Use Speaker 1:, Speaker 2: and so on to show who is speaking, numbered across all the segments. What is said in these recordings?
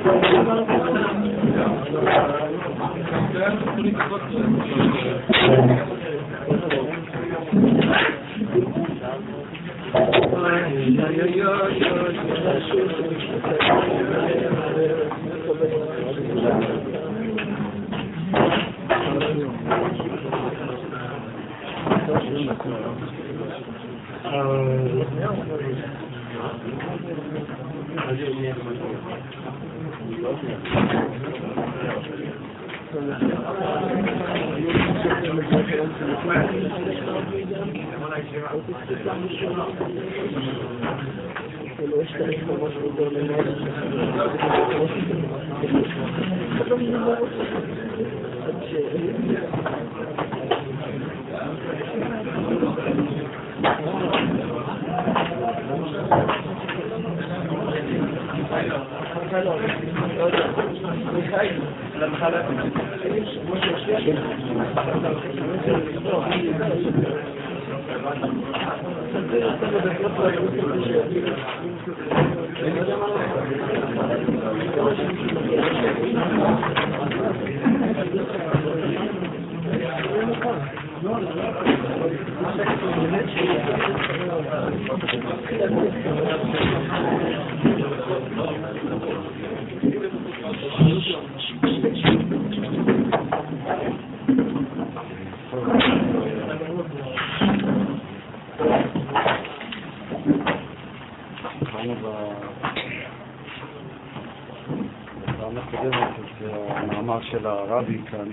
Speaker 1: המאמר של הרבי כאן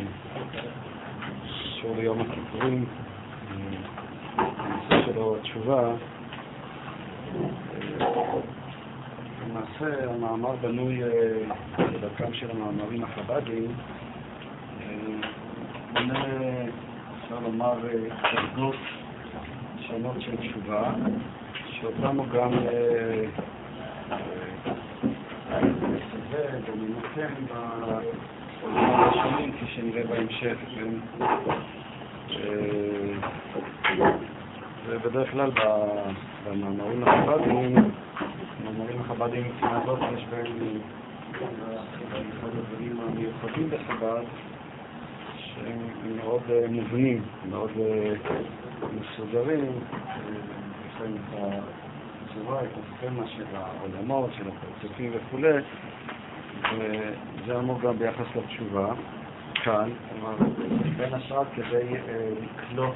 Speaker 1: שקשור ליום הכיפורים, הנושא שלו התשובה. למעשה המאמר בנוי בדרכם של המאמרים החב"דיים, מונה אפשר לומר דרגות שונות של תשובה, שאותם הוא גם וממקם בעולם הראשונים כפי שנראה בהמשך. ובדרך כלל במאמרים החב"דיים מבחינה זאת יש בהם אחד הדברים המיוחדים בחב"ד שהם מאוד מובנים, מאוד מסודרים, לכן את הצורה, את הסכמה של העולמות, של הפרצופים וכו'. וזה אמור גם ביחס לתשובה כאן, כלומר בין השאר כדי לקלוט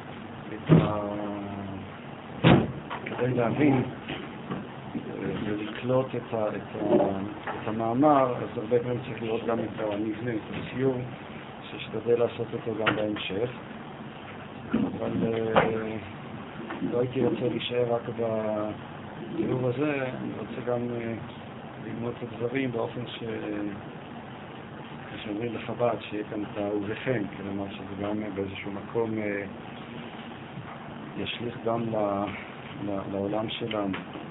Speaker 1: כדי להבין ולקלוט את המאמר, אז הרבה פעמים צריך לראות גם את המבנה, את הציור, ששתדל לעשות אותו גם בהמשך. אבל לא הייתי רוצה להישאר רק בציור הזה, אני רוצה גם ללמוד את הדברים באופן שאומרים לחב"ד, שיהיה כאן את ובכן, כלומר שזה גם באיזשהו מקום ישליך גם לעולם שלנו.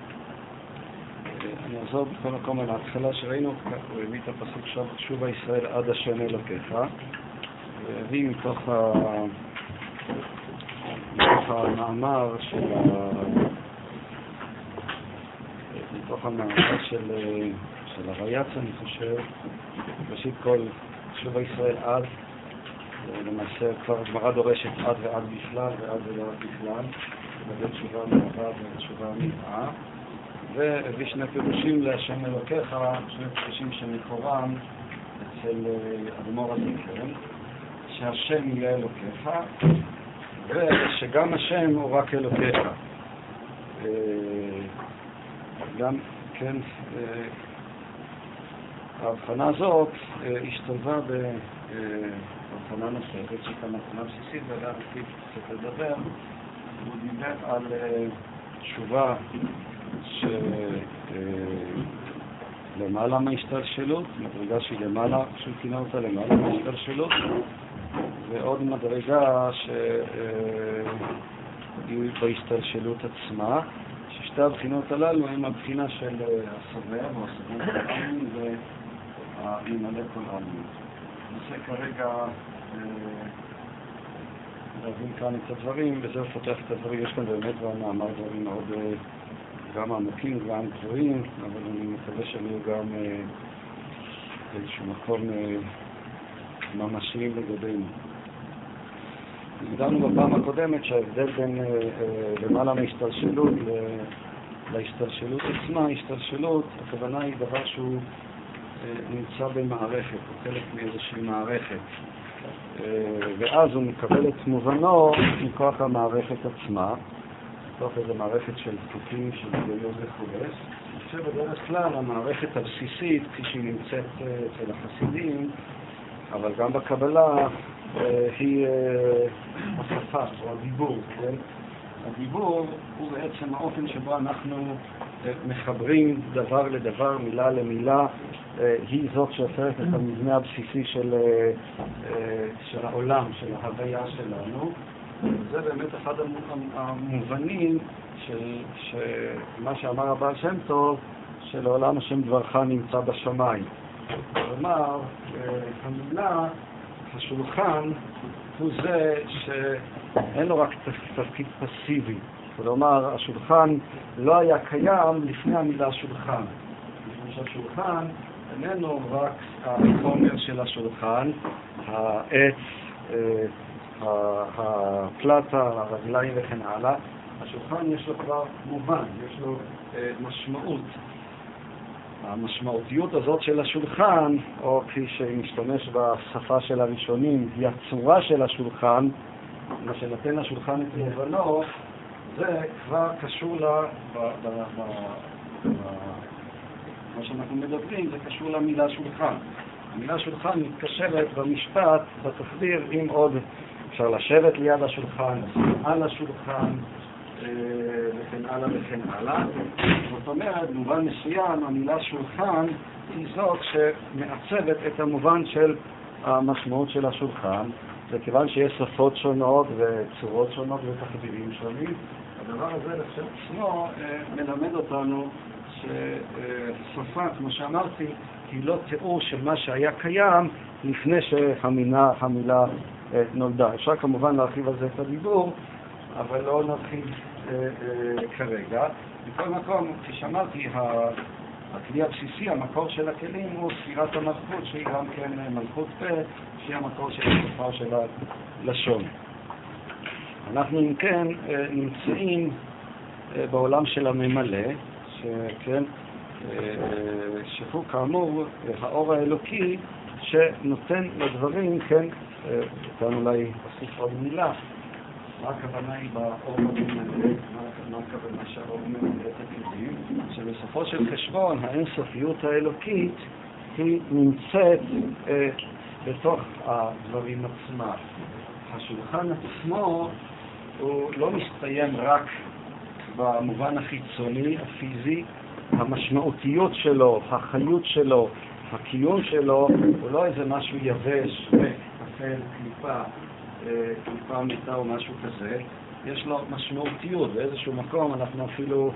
Speaker 1: אני אחזור בכל מקום על ההתחלה שראינו, הוא הביא את הפסוק שובה ישראל עד השם אלוקיך, והביא מתוך המאמר של הרייץ, אני חושב, ראשית כל שובה ישראל עד, למעשה כבר הגמרא דורשת עד ועד בכלל ועד ועד בכלל, לגבי תשובה מעבד ותשובה מטעה, והביא שני פירושים להשם אלוקיך, שני פירושים שמקורם אצל אדמו"ר הזקן, שהשם יהיה אלוקיך ושגם השם הוא רק אלוקיך. גם כן ההבחנה הזאת השתלבה בהבחנה נוספת שכאן הבחנה בסיסית ועליה רציתי קצת לדבר. הוא דיבר על תשובה למעלה מהשתלשלות, מדרגה שהיא למעלה, שהוא כינה אותה למעלה מהשתלשלות, ועוד מדרגה שהיא בהשתלשלות עצמה, ששתי הבחינות הללו הן הבחינה של הסובר או הסובר העלמין והממלא כל העלמין. ננסה כרגע להבין כאן את הדברים, וזה לפתח את הדברים. יש כאן באמת במאמר דברים מאוד גם עמוקים וגם גבוהים, אבל אני מקווה שהם יהיו גם באיזשהו מקום ממשיים לגבינו. הגדרנו בפעם הקודמת שההבדל בין למעלה מהשתלשלות להשתלשלות עצמה, השתלשלות, הכוונה היא דבר שהוא נמצא במערכת, הוא חלק מאיזושהי מערכת, ואז הוא מקבל את מובנו מכוח המערכת עצמה, מתוך איזו מערכת של חוקים, של היגיון וכו'. שבדרך כלל המערכת הבסיסית, כפי שהיא נמצאת אצל החסידים, אבל גם בקבלה, היא השפה או הדיבור. כן? הדיבור הוא בעצם האופן שבו אנחנו מחברים דבר לדבר, מילה למילה. היא זאת שהופכת את המבנה הבסיסי של העולם, של ההוויה שלנו. זה באמת אחד המובנים של מה שאמר הבעל שם טוב, שלעולם השם דברך נמצא בשמיים. כלומר, המילה, השולחן, הוא זה שאין לו רק תפקיד פסיבי. כלומר, השולחן לא היה קיים לפני המילה שולחן. לפני שהשולחן איננו רק החומר של השולחן, העץ, הפלטה, הרגליים וכן הלאה. השולחן יש לו כבר מובן, יש לו משמעות. המשמעותיות הזאת של השולחן, או כפי שנשתמש בשפה של הראשונים, היא הצורה של השולחן, מה שנתן לשולחן את מובנו, זה כבר קשור מה שאנחנו מדברים, זה קשור למילה שולחן. המילה שולחן מתקשרת במשפט, בתחביר, אם עוד אפשר לשבת ליד השולחן, על השולחן, וכן הלאה וכן הלאה. זאת אומרת, במובן מסוים, המילה שולחן היא זאת שמעצבת את המובן של המשמעות של השולחן, וכיוון שיש שפות שונות וצורות שונות ותחבירים שונים, הדבר הזה עצמו מלמד אותנו ששפה, כמו שאמרתי, היא לא תיאור של מה שהיה קיים לפני שהמילה נולדה. אפשר כמובן להרחיב על זה את הדיבור, אבל לא נרחיב כרגע. בכל מקום, כפי שאמרתי, הכלי הבסיסי, המקור של הכלים הוא ספירת המלכות, שהיא גם כן מלכות פה, שהיא המקור של השפה של הלשון. אנחנו אם כן נמצאים בעולם של הממלא, שכן, שהוא כאמור האור האלוקי שנותן לדברים, כן, כאן אולי אוסיף עוד מילה, מה הכוונה היא באור הממלא, מה הכוונה שהאור ממלא את הכלים, שבסופו של חשבון האינסופיות האלוקית היא נמצאת בתוך הדברים עצמם. השולחן עצמו הוא לא מסתיים רק במובן החיצוני, הפיזי, המשמעותיות שלו, החיות שלו, הקיום שלו, הוא לא איזה משהו יבש, אפל, קליפה מיטה או משהו כזה. יש לו משמעותיות, באיזשהו מקום אנחנו אפילו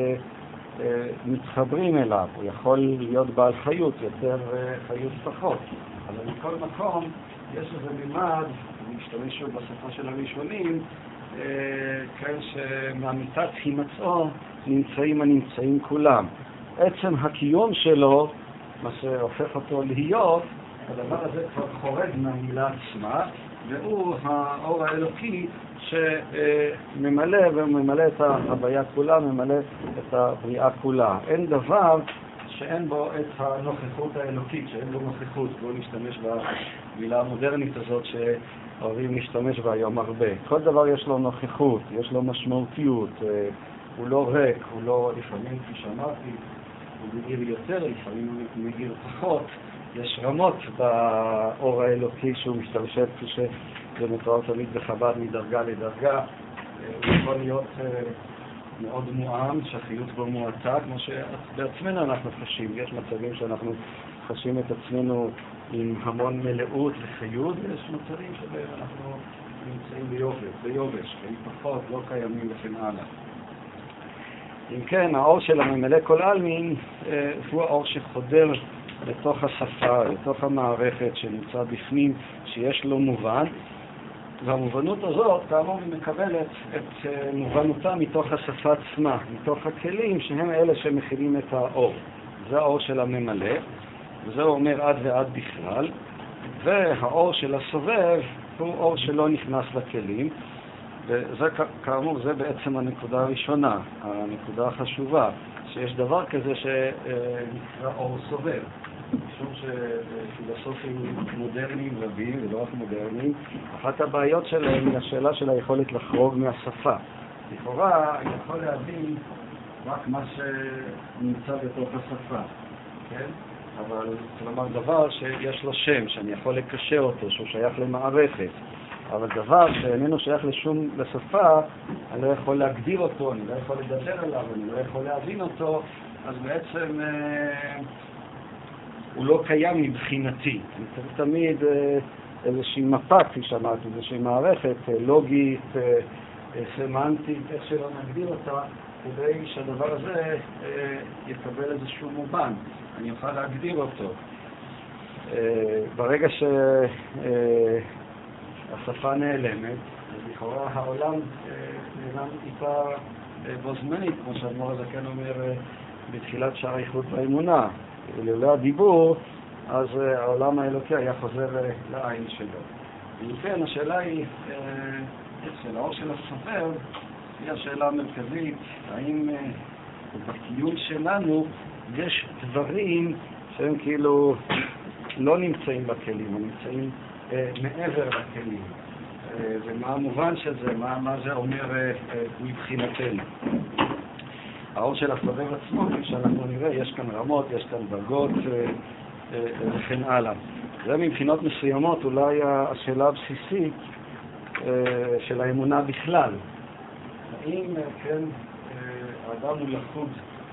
Speaker 1: מתחברים אליו. הוא יכול להיות בעל חיות, יותר חיות פחות. אבל מכל מקום יש איזה מימד, אני משתמש בשפה של הראשונים, כן, שמאמיתת הימצאו נמצאים הנמצאים כולם. עצם הקיום שלו, מה שהופך אותו להיות, הדבר הזה כבר חורג מהמילה עצמה, והוא האור האלוקי שממלא וממלא את ההוויה כולה, ממלא את הבריאה כולה. אין דבר שאין בו את הנוכחות האלוקית, שאין בו נוכחות. בואו נשתמש במילה המודרנית הזאת שאוהבים להשתמש בה היום הרבה. כל דבר יש לו נוכחות, יש לו משמעותיות, הוא לא ריק, הוא לא, לפעמים, כפי שאמרתי, הוא מגיר יותר, לפעמים הוא מגיר פחות. יש רמות באור האלוקי שהוא משתמשת, כפי שזה מתואר תמיד בחב"ד מדרגה לדרגה. הוא יכול להיות מאוד מועם, שהחיות בו מועטה, כמו שבעצמנו אנחנו חשים. יש מצבים שאנחנו חשים את עצמנו עם המון מלאות וחיות, ויש מצבים שבהם אנחנו נמצאים ביובש, והם פחות, לא קיימים וכן הלאה. אם כן, האור של הממלא כל עלמין הוא האור שחודר לתוך השפה, לתוך המערכת שנמצא בפנים, שיש לו מובן, והמובנות הזאת, כאמור, היא מקבלת את מובנותה מתוך השפה עצמה, מתוך הכלים שהם אלה שמכילים את האור. זה האור של הממלא, וזה אומר עד ועד בכלל, והאור של הסובב הוא אור שלא נכנס לכלים, וזה כאמור, זה בעצם הנקודה הראשונה, הנקודה החשובה, שיש דבר כזה שנקרא אור סובב. משום שפילוסופים מודרניים רבים, ולא רק מודרניים, אחת הבעיות שלהם היא השאלה של היכולת לחרוג מהשפה. לכאורה יכול להבין רק מה שנמצא בתוך השפה, כן? אבל כלומר דבר שיש לו שם, שאני יכול לקשר אותו, שהוא שייך למערכת. אבל דבר שאיננו שייך לשפה, אני לא יכול להגדיר אותו, אני לא יכול לדבר עליו, אני לא יכול להבין אותו, אז בעצם הוא לא קיים מבחינתי. אני צריך תמיד איזושהי מפה, כפי שאמרתי, איזושהי מערכת לוגית, סמנטית, איך שלא נגדיר אותה, כדי שהדבר הזה יקבל איזשהו מובן, אני אוכל להגדיר אותו. ברגע שהשפה נעלמת, אז לכאורה העולם נעלם טיפה בו זמנית, כמו שהאדמו"ר הזקן אומר בתחילת שער האיחוד והאמונה. לולא הדיבור, אז העולם האלוקי היה חוזר לעין שלו. ולכן השאלה היא, של האור של הסובב, היא השאלה המרכזית, האם בקיום שלנו יש דברים שהם כאילו לא נמצאים בכלים, הם נמצאים מעבר לכלים. ומה המובן של זה, מה זה אומר מבחינתנו. האור של הסובב עצמו, כפי שאנחנו נראה, יש כאן רמות, יש כאן דרגות וכן הלאה. זה מבחינות מסוימות אולי השאלה הבסיסית של האמונה בכלל. האם כן, האדם הוא לחוד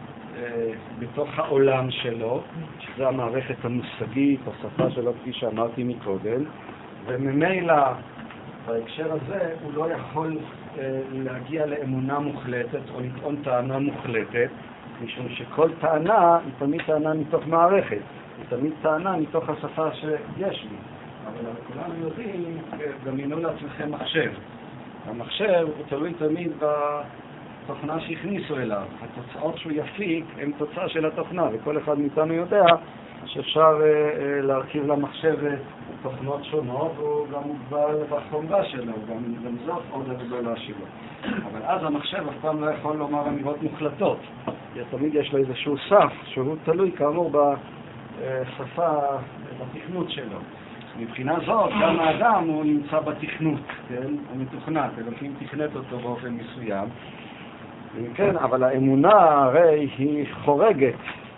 Speaker 1: בתוך העולם שלו, שזה המערכת המושגית, השפה שלו כפי שאמרתי מקודם, וממילא בהקשר הזה הוא לא יכול להגיע לאמונה מוחלטת או לטעון טענה מוחלטת, משום שכל טענה היא תמיד טענה מתוך מערכת, היא תמיד טענה מתוך השפה שיש לי. אבל כולנו יודעים, דמיינו לעצמכם מחשב. המחשב הוא תלוי תמיד בתוכנה שהכניסו אליו. התוצאות שהוא יפיק הן תוצאה של התוכנה, וכל אחד מאיתנו יודע שאפשר להרכיב למחשב תוכנות שונות, הוא גם מוגבל בחומרה שלו, גם זאת עוד הגדולה שלו. אבל אז המחשב אף פעם לא יכול לומר אמירות מוחלטות. תמיד יש לו איזשהו סף שהוא תלוי כאמור בשפה, בתכנות שלו. מבחינה זאת, גם האדם הוא נמצא בתכנות, כן? הוא מתוכנת, אלוקים תכנת אותו באופן מסוים. כן, אבל האמונה הרי היא חורגת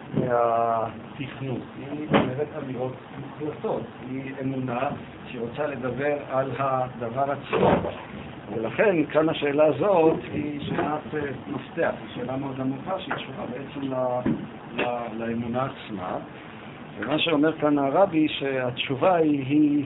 Speaker 1: מהתכנות, היא אומרת אמירות מוחלטות, היא אמונה שרוצה לדבר על הדבר עצמו. ולכן כאן השאלה הזאת היא שאלת מפתח, היא שאלה מאוד עמוקה שהיא קשורה בעצם לאמונה עצמה. ומה שאומר כאן הרבי שהתשובה היא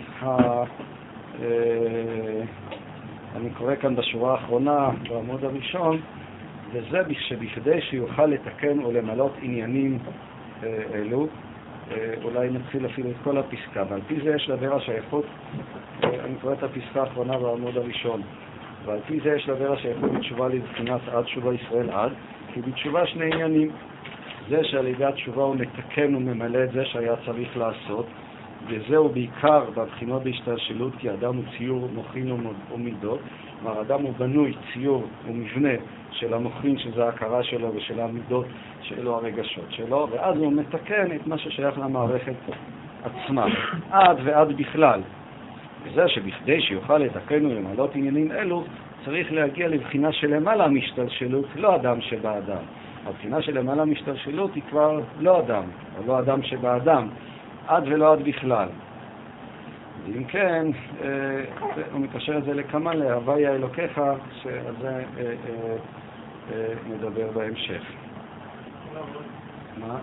Speaker 1: אני קורא כאן בשורה האחרונה בעמוד הראשון, וזה שבכדי שיוכל לתקן או למלות עניינים אלו, אולי נתחיל אפילו את כל הפסקה, ועל פי זה יש לדבר השייכות, אני קורא את הפסקה האחרונה בעמוד הראשון, ועל פי זה יש לדבר השייכות בתשובה לבחינת עד תשובה ישראל עד, כי בתשובה שני עניינים, זה שעל ידי התשובה הוא מתקן וממלא את זה שהיה צריך לעשות, וזהו בעיקר בבחינות בהשתלשלות, כי אדם הוא ציור מוחין ומידות, כלומר אדם הוא בנוי, ציור ומבנה של המוחין שזה ההכרה שלו ושל המידות שלו, הרגשות שלו, ואז הוא מתקן את מה ששייך למערכת עצמה, עד ועד בכלל. וזה שבכדי שיוכל לתקן ולמלות עניינים אלו, צריך להגיע לבחינה של למעלה משתלשלות, לא אדם שבאדם. הבחינה של למעלה משתלשלות היא כבר לא אדם, או לא אדם שבאדם, עד ולא עד בכלל. ואם כן, הוא מקשר את זה לכמה להוויה אלוקיך, שעל זה נדבר בהמשך. מה?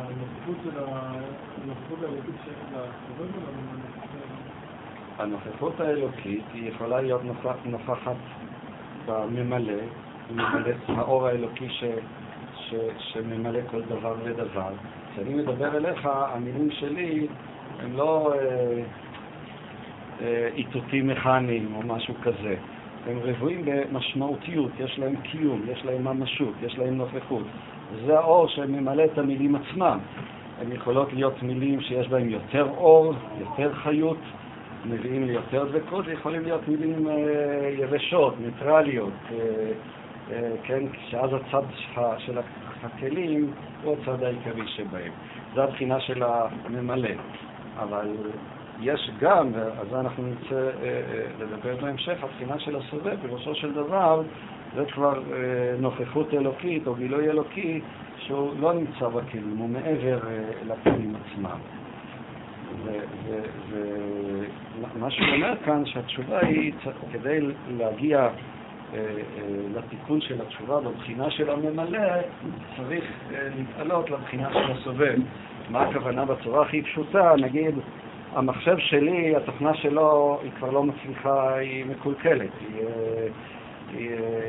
Speaker 1: הנוכחות האלוקית היא יכולה להיות נוכחת בממלא, ממלא האור האלוקי שממלא כל דבר ודבר. כשאני מדבר אליך, המילים שלי הם לא איתותים מכניים או משהו כזה. הם רבועים במשמעותיות, יש להם קיום, יש להם ממשות, יש להם נוכחות. זה האור שממלא את המילים עצמם. הן יכולות להיות מילים שיש בהן יותר אור, יותר חיות, מביאים לי יותר דבקות, ויכולים להיות מילים יבשות, ניטרליות, כן, שאז הצד של הכלים הוא הצד העיקרי שבהם. זו הבחינה של הממלא. אבל יש גם, אז אנחנו נרצה לדבר בהמשך, הבחינה של הסובב, בראשו של דבר, זה כבר נוכחות אלוקית או גילוי אלוקי, שהוא לא נמצא בכלים, הוא מעבר לכלים עצמם. ומה שהוא אומר כאן, שהתשובה היא, כדי להגיע לתיקון של התשובה בבחינה של הממלא, צריך להתעלות לבחינה של הסובב. מה הכוונה בצורה הכי פשוטה? נגיד, המחשב שלי, התוכנה שלו, היא כבר לא מצליחה, היא מקולקלת. היא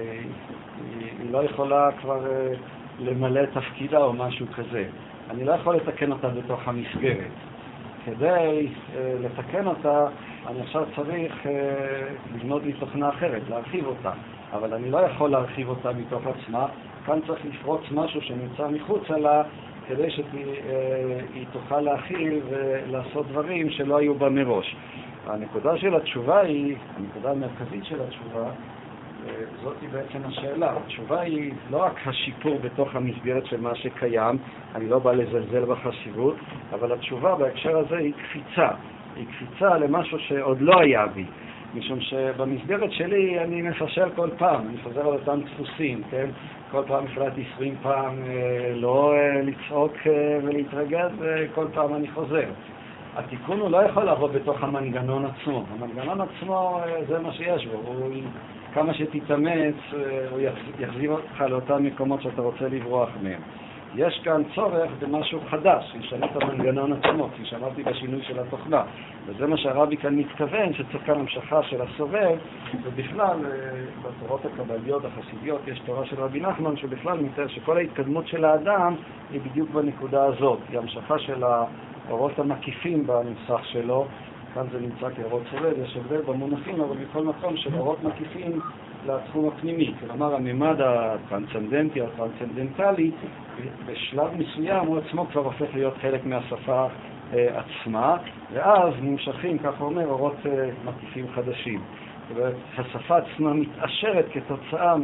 Speaker 1: לא יכולה כבר למלא תפקידה או משהו כזה. אני לא יכול לתקן אותה בתוך המסגרת. כדי לתקן אותה, אני עכשיו צריך לבנות לי תוכנה אחרת, להרחיב אותה. אבל אני לא יכול להרחיב אותה מתוך עצמה. כאן צריך לפרוץ משהו שנמצא מחוץ לה, כדי שהיא תוכל להכיל ולעשות דברים שלא היו בה מראש. הנקודה של התשובה היא, הנקודה המרכזית של התשובה, זאת היא בעצם השאלה. התשובה היא לא רק השיפור בתוך המסגרת של מה שקיים, אני לא בא לזלזל בחשיבות, אבל התשובה בהקשר הזה היא קפיצה. היא קפיצה למשהו שעוד לא היה בי. משום שבמסגרת שלי אני מפשל כל פעם, אני חוזר על אותם דפוסים, כן? כל פעם החלטתי 20 פעם לא לצעוק ולהתרגז, וכל פעם אני חוזר. התיקון הוא לא יכול לעבוד בתוך המנגנון עצמו. המנגנון עצמו זה מה שיש בו. כמה שתתאמץ, הוא יחזיר אותך לאותם מקומות שאתה רוצה לברוח מהם. יש כאן צורך במשהו חדש, לשנות את המנגנון עצמו, כפי שאמרתי בשינוי של התוכנה. וזה מה שהרבי כאן מתכוון, שצריך כאן המשכה של הסובב, ובכלל, בתורות הקבליות, החסידיות, יש תורה של רבי נחמן, שבכלל מתאר שכל ההתקדמות של האדם היא בדיוק בנקודה הזאת. היא המשכה של האורות המקיפים בנוסח שלו, כאן זה נמצא כאורות סובב, יש הבדל במונחים, אבל בכל מקום של אורות מקיפים לתחום הפנימי. כלומר, הממד הטרנסצנדנטי או הטרנסצנדנטלי, בשלב מסוים הוא עצמו כבר הופך להיות חלק מהשפה עצמה, ואז נמשכים, כך אומר, אורות מקיפים חדשים. זאת אומרת, השפה עצמה מתעשרת כתוצאה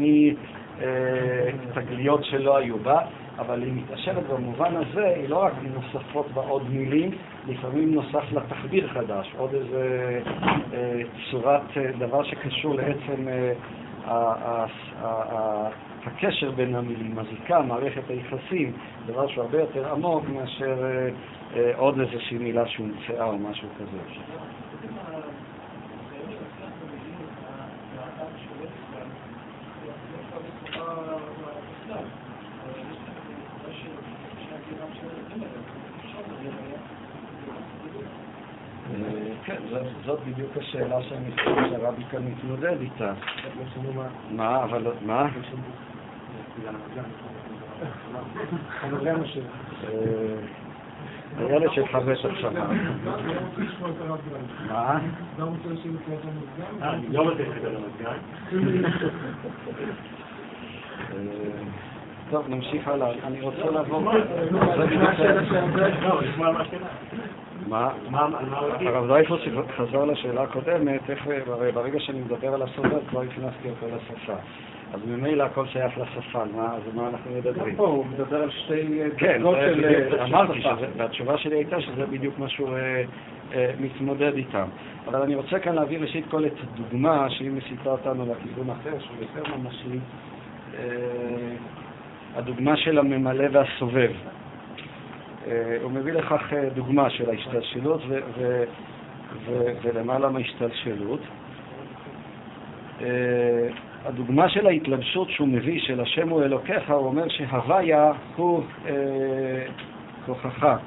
Speaker 1: מתגליות שלא היו בה, אבל היא מתעשרת במובן הזה, היא לא רק נוספות בה עוד מילים, לפעמים נוסף לה תחביר חדש, עוד איזה צורת דבר שקשור לעצם הקשר בין המילים, הזיקה, מערכת היחסים, דבר שהוא הרבה יותר עמוק מאשר עוד איזושהי מילה שהומצאה או משהו כזה. כן, זאת בדיוק השאלה שאני חושב שהרבי כאן מתמודד איתה. מה? אבל מה? הילד שלך בטח שמע. מה? אני לא רוצה לדבר על טוב, נמשיך הלאה. אני רוצה לעבור. מה? הרב דרייפוס חזר לשאלה הקודמת, ברגע שאני מדבר על הסובב, כבר הכנסתי אותו לשפה. אז ממילא הכל שייך לשפה, אז מה אנחנו מדברים?
Speaker 2: פה הוא מדבר על שתי...
Speaker 1: כן, אמרתי, והתשובה שלי הייתה שזה בדיוק מה שהוא מתמודד איתם. אבל אני רוצה כאן להביא ראשית כל את דוגמה שהיא מסיטה אותנו לכיוון אחר, שהוא יותר ממשי, הדוגמה של הממלא והסובב. הוא מביא לכך דוגמה של ההשתלשלות ולמעלה מההשתלשלות. הדוגמה של ההתלבשות שהוא מביא, של השם הוא אלוקיך, הוא אומר שהוויה הוא כוחך,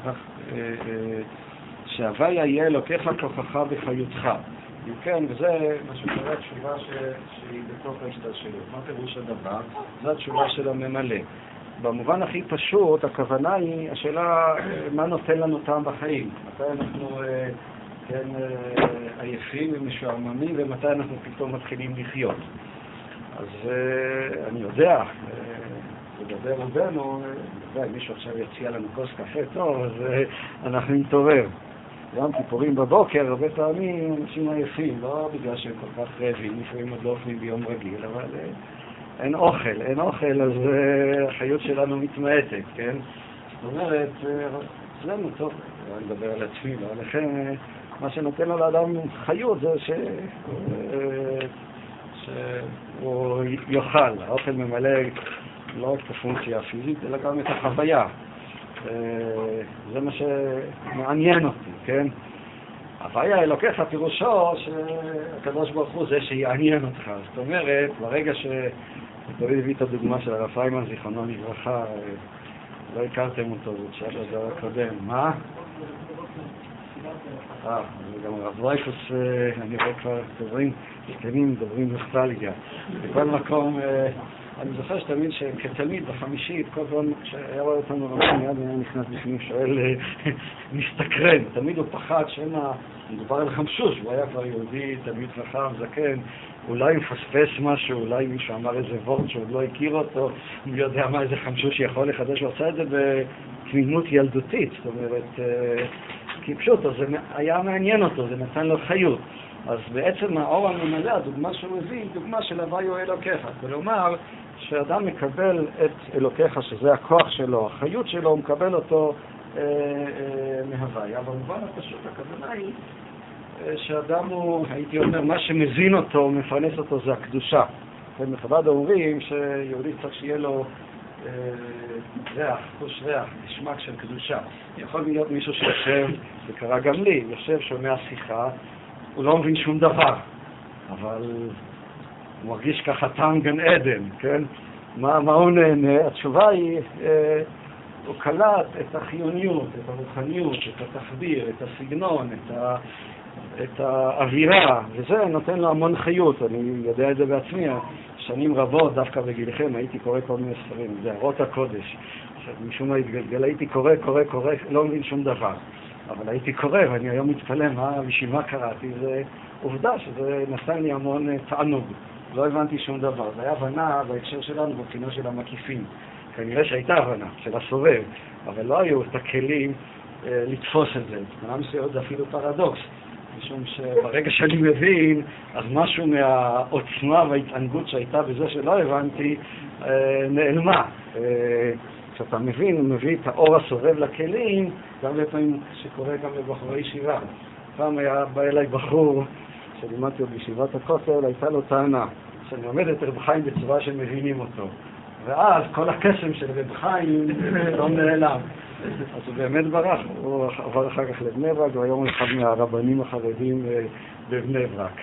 Speaker 1: שהוויה יהיה אלוקיך כוחך וחיותך. כן, וזה מה שקורה תשובה שהיא בתוך ההשתלשלות. מה פירוש הדבר? זו התשובה של הממלא. במובן הכי פשוט, הכוונה היא, השאלה מה נותן לנו טעם בחיים. מתי אנחנו עייפים ומשועממים, ומתי אנחנו פתאום מתחילים לחיות. אז אני יודע, לדבר רובנו, אם מישהו עכשיו יציע לנו כוס קפה טוב, אז אנחנו נתעורר. גם כיפורים בבוקר, הרבה פעמים אנשים עייפים, לא בגלל שהם כל כך רעבים, לפעמים עוד לא אוכלים ביום רגיל, אבל אין אוכל, אז החיות שלנו מתמעטת, כן? זאת אומרת, אצלנו טוב, אני מדבר על עצמי, לא עליכם, מה שנותן לו לאדם חיות זה שהוא יאכל. האוכל ממלא לא רק את הפונקציה הפיזית, אלא גם את החוויה. זה מה שמעניין אותי, כן? הוויה אלוקיך פירושו שהקדוש ברוך הוא זה שיעניין אותך. זאת אומרת, ברגע שתמיד הביא את הדוגמה של הרב פיימן, זיכרונו לברכה, לא הכרתם אותו, זה שאלה לדבר הקודם. מה? גם הרב דרייפוס, אני רואה כבר דברים זקנים, מדברים נוסטלגיה. בכל מקום, אני זוכר שתמיד שכתלמיד בחמישית, כל פעם שהיה רואה אותנו רבי מיד היה נכנס בפנים, שואל, מסתקרן. תמיד הוא פחד שמה, מדובר על חמשוש, הוא היה כבר יהודי, תלמיד חכם, זקן, אולי מפספס משהו, אולי מישהו אמר איזה וורט שעוד לא הכיר אותו, מי יודע מה איזה חמשוש יכול לחדש, הוא עשה את זה בתמימות ילדותית, זאת אומרת, כי פשוט, זה היה מעניין אותו, זה נתן לו חיות. אז בעצם האור הממלא, הדוגמה שהוא הביא, היא דוגמה של הוויו אלוקיך. כלומר, שאדם מקבל את אלוקיך, שזה הכוח שלו, החיות שלו, הוא מקבל אותו מהוויה. במובן הפשוט, הכוונה היא שאדם הוא, הייתי אומר, מה שמזין אותו, מפרנס אותו, זה הקדושה. ובחב"ד אומרים שיהודי צריך שיהיה לו ריח, חוש ריח, נשמק של קדושה. יכול להיות מישהו שיושב, זה קרה גם לי, יושב, שומע שיחה, הוא לא מבין שום דבר, אבל הוא מרגיש ככה טעם גן עדן, כן? מה הוא נהנה? התשובה היא, הוא קלט את החיוניות, את הרוחניות, את התחביר, את הסגנון, את האווירה, וזה נותן לו המון חיות. אני יודע את זה בעצמי, שנים רבות, דווקא בגילכם, הייתי קורא כל מיני ספרים, זה ארות הקודש. משום מה התגלגל, הייתי קורא, לא מבין שום דבר. אבל הייתי קורא, ואני היום מתפלא בשביל מה קראתי, זה עובדה שזה נתן לי המון תענוג. לא הבנתי שום דבר. זה היה הבנה בהקשר שלנו, בבחינה של המקיפים. כנראה שהייתה הבנה של הסובב, אבל לא היו את הכלים לתפוס את זה. מבחינה מסוימת זה אפילו פרדוקס. משום שברגע שאני מבין, אז משהו מהעוצמה וההתענגות שהייתה בזה שלא הבנתי, נעלמה. כשאתה מבין, הוא מביא את האור הסובב לכלים, גם לפעמים שקורה גם לבחורי ישיבה. פעם היה בא אליי בחור, שלימדתי עוד בישיבת הכותל, הייתה לו טענה, שאני עומד את רב חיים בצורה שמבינים אותו. ואז כל הקסם של רב חיים לא נעלם. אז הוא באמת ברח, הוא עבר אחר כך לבני ברק, והיום הוא אחד מהרבנים החרדים בבני ברק.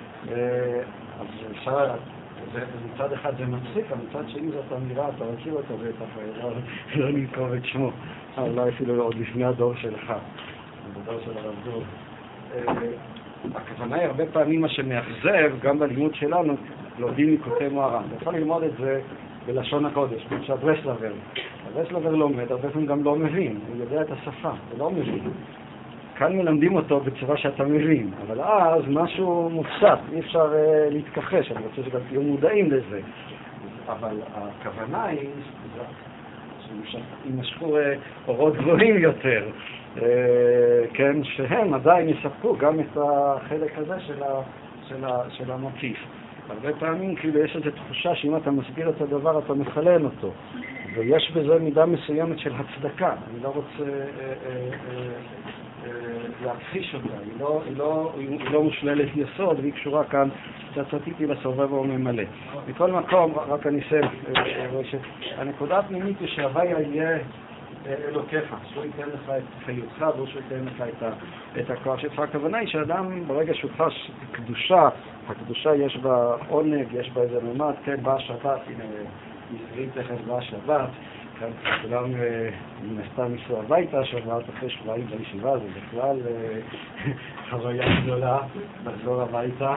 Speaker 1: אז אפשר, מצד אחד זה מצחיק, מצד שני זאת אמירה, אתה מכיר אותו בטח, לא ננקוב את שמו, אולי אפילו עוד לפני הדור שלך, הדור של הרב דור. הכוונה היא הרבה פעמים מה שמאכזב, גם בלימוד שלנו, לומדים ליקוטי מוהר"ן. אתה יכול ללמוד את זה בלשון הקודש, כמו שהברסלבר. הברסלבר לומד, הרבה פעמים גם לא מבין, הוא יודע את השפה, הוא לא מבין. כאן מלמדים אותו בצורה שאתה מבין, אבל אז משהו מופסק, אי אפשר להתכחש, אני רוצה שגם תהיו מודעים לזה. אבל הכוונה היא שימשכו אורות גבוהים יותר, כן, שהם עדיין יספקו גם את החלק הזה של המקיף. הרבה פעמים כאילו יש איזו תחושה שאם אתה מסביר את הדבר אתה מחלן אותו, ויש בזה מידה מסוימת של הצדקה. אני לא רוצה להכחיש אותה, היא לא מושללת יסוד, והיא קשורה כאן, שצאתיתי לסובב או ממלא. מכל מקום, רק אני אסיים, הנקודה הפנימית היא שההוויה יהיה אלוקיך, שהוא ייתן לך את חיותך, והוא שייתן לך את הכוח שלך. הכוונה היא שאדם, ברגע שהוא חש קדושה, הקדושה יש בה עונג, יש בה איזה ממד, כן, באה שבת, הנה, נזכרים תכף באה שבת, כאן כולם נסתם ייסעו הביתה, שבת אחרי שבועיים בישיבה, זה בכלל חוויה גדולה, לחזור הביתה.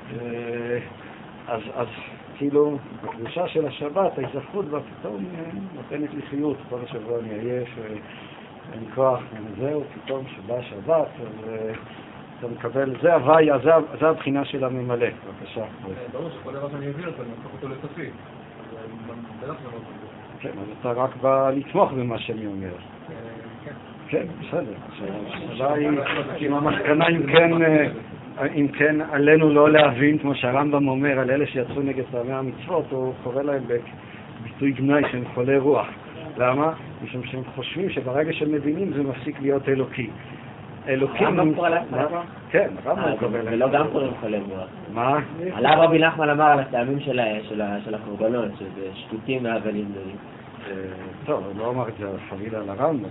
Speaker 1: אז כאילו, בקדושה של השבת, ההיזכרות בה פתאום נותנת לי חיות, כל השבוע אני עייף, אין כוח, וזהו, פתאום שבא שבת, אתה מקבל, זה הוויה, זה הבחינה של הממלא. בבקשה.
Speaker 2: ברור שכל דבר שאני מביא אותו, אני הופך אותו לסופי.
Speaker 1: כן, אז אתה רק בא לתמוך במה שאני אומר. כן, בסדר. השאלה היא, אם המסקנה, אם כן, עלינו לא להבין, כמו שהרמב"ם אומר, על אלה שיצאו נגד טעמי המצוות, הוא קורא להם בביטוי גנאי שהם חולי רוח. למה? משום שהם חושבים שברגע שהם מבינים זה מפסיק להיות אלוקי.
Speaker 2: הרמב"ם קורא להם חולי רוח? כן,
Speaker 1: הרמב"ם קורא להם.
Speaker 2: ולא גם קוראים חולי רוח.
Speaker 1: מה?
Speaker 2: עלה רבי נחמן אמר על הטעמים של הקורבנות, שזה שטותים מהבלים גדולים.
Speaker 1: טוב, הוא לא אמר את זה חלילה על הרמב"ם.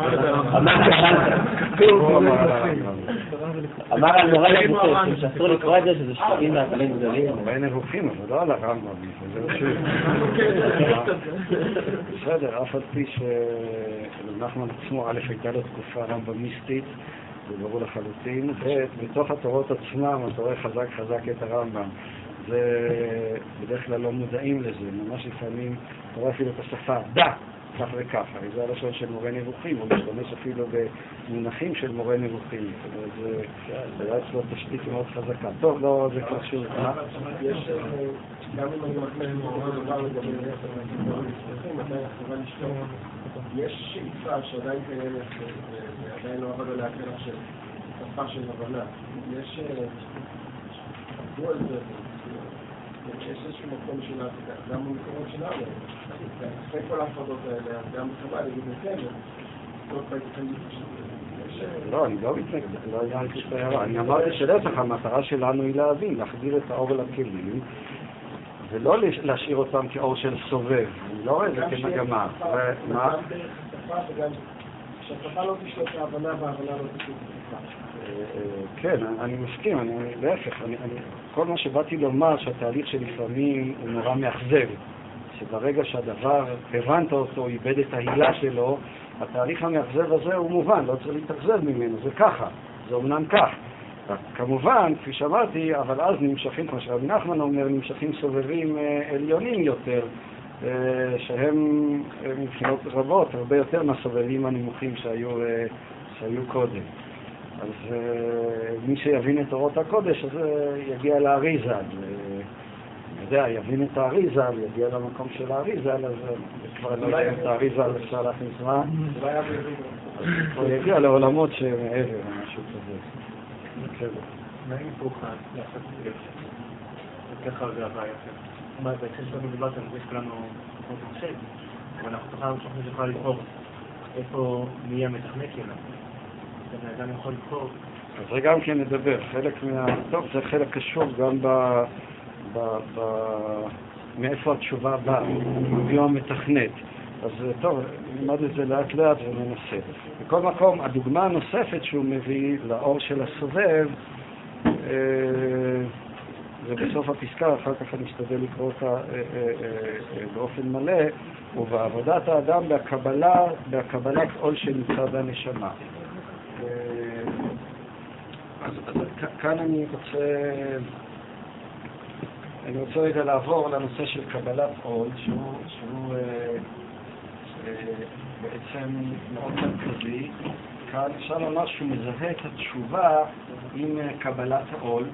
Speaker 2: אמר על מורה נבוכים, שאסור לקרוא את זה, שזה שטותים מהבלים גדולים.
Speaker 1: מורה נבוכים, אבל לא על הרמב"ם. בסדר, אף על פי שנחמן עצמו, א' הייתה לו תקופה רמב"מיסטית, זה ברור לחלוטין, ובתוך התורות עצמם אתה רואה חזק את הרמב"ם. זה בדרך כלל לא מודעים לזה, ממש לפעמים אתה רואה אפילו את השפה, כך וככה, זה הלשון של מורה נבוכים, הוא משתמש אפילו במונחים של מורה נבוכים, זה היה אצלו תשתית מאוד חזקה. טוב, לא, זה כבר שוב.
Speaker 3: יש, גם אם אני מחליט מורה דבר לגבי יש שאיפה שעדיין קיימת, ועדיין לא עבד עליה כנראה של שפה של הבנה. יש, עבדו על זה, יש איזשהו מקום שלנו, גם במקומות שלנו, אחרי כל ההפרדות האלה, גם בחברה, אני אגיד נתן,
Speaker 1: לא, אני לא מתנגד, לא עניינתי את ההערה. אני אמרתי שלפח המטרה שלנו היא להבין, להחדיר את האור לכלים, ולא להשאיר אותם כאור של סובב. אני לא רואה את זה כמגמה.
Speaker 3: ומה? שהשפה לא תשלוט להבנה, וההבנה לא תשלוט לשפה.
Speaker 1: כן, אני מסכים, להפך, כל מה שבאתי לומר שהתהליך שלפעמים הוא נורא מאכזב, שברגע שהדבר, הבנת אותו, איבד את ההילה שלו, התהליך המאכזב הזה הוא מובן, לא צריך להתאכזב ממנו, זה ככה, זה אומנם כך. כמובן, כפי שאמרתי, אבל אז נמשכים, כמו שרבי נחמן אומר, נמשכים סובבים עליונים יותר, שהם מבחינות רבות, הרבה יותר מהסובבים הנמוכים שהיו קודם. אז מי שיבין את אורות הקודש, אז יגיע לאריזה. יבין את האריזה, יגיע למקום של האריזה, אז כבר לא יבין את האריזה, אפשר להכניס מה? הוא יגיע לעולמות שמעבר, משהו כזה.
Speaker 4: מה אם פה כאן, לעשות סביב? זה ככה זה הבעיה. מה, בהקשר שלנו דיברת על זה שכולנו כמו מחשב, ואנחנו צריכים לבחור איפה נהיה מתכנת שלנו. האדם יכול לבחור.
Speaker 1: אז זה גם כן נדבר, טוב, זה חלק קשור גם מאיפה התשובה באה, מביאו המתכנת. אז טוב, נלמד את זה לאט לאט וננסה. בכל מקום, הדוגמה הנוספת שהוא מביא לאור של הסובב, זה בסוף הפסקה, אחר כך אני אשתדל לקרוא אותה באופן מלא, ובעבודת האדם בהקבלת עול שמצד הנשמה. אז כאן אני רוצה רגע לעבור לנושא של קבלת עול, שהוא בעצם מאוד מרכזי. כאן אפשר לומר שהוא מזהה את התשובה עם קבלת העול.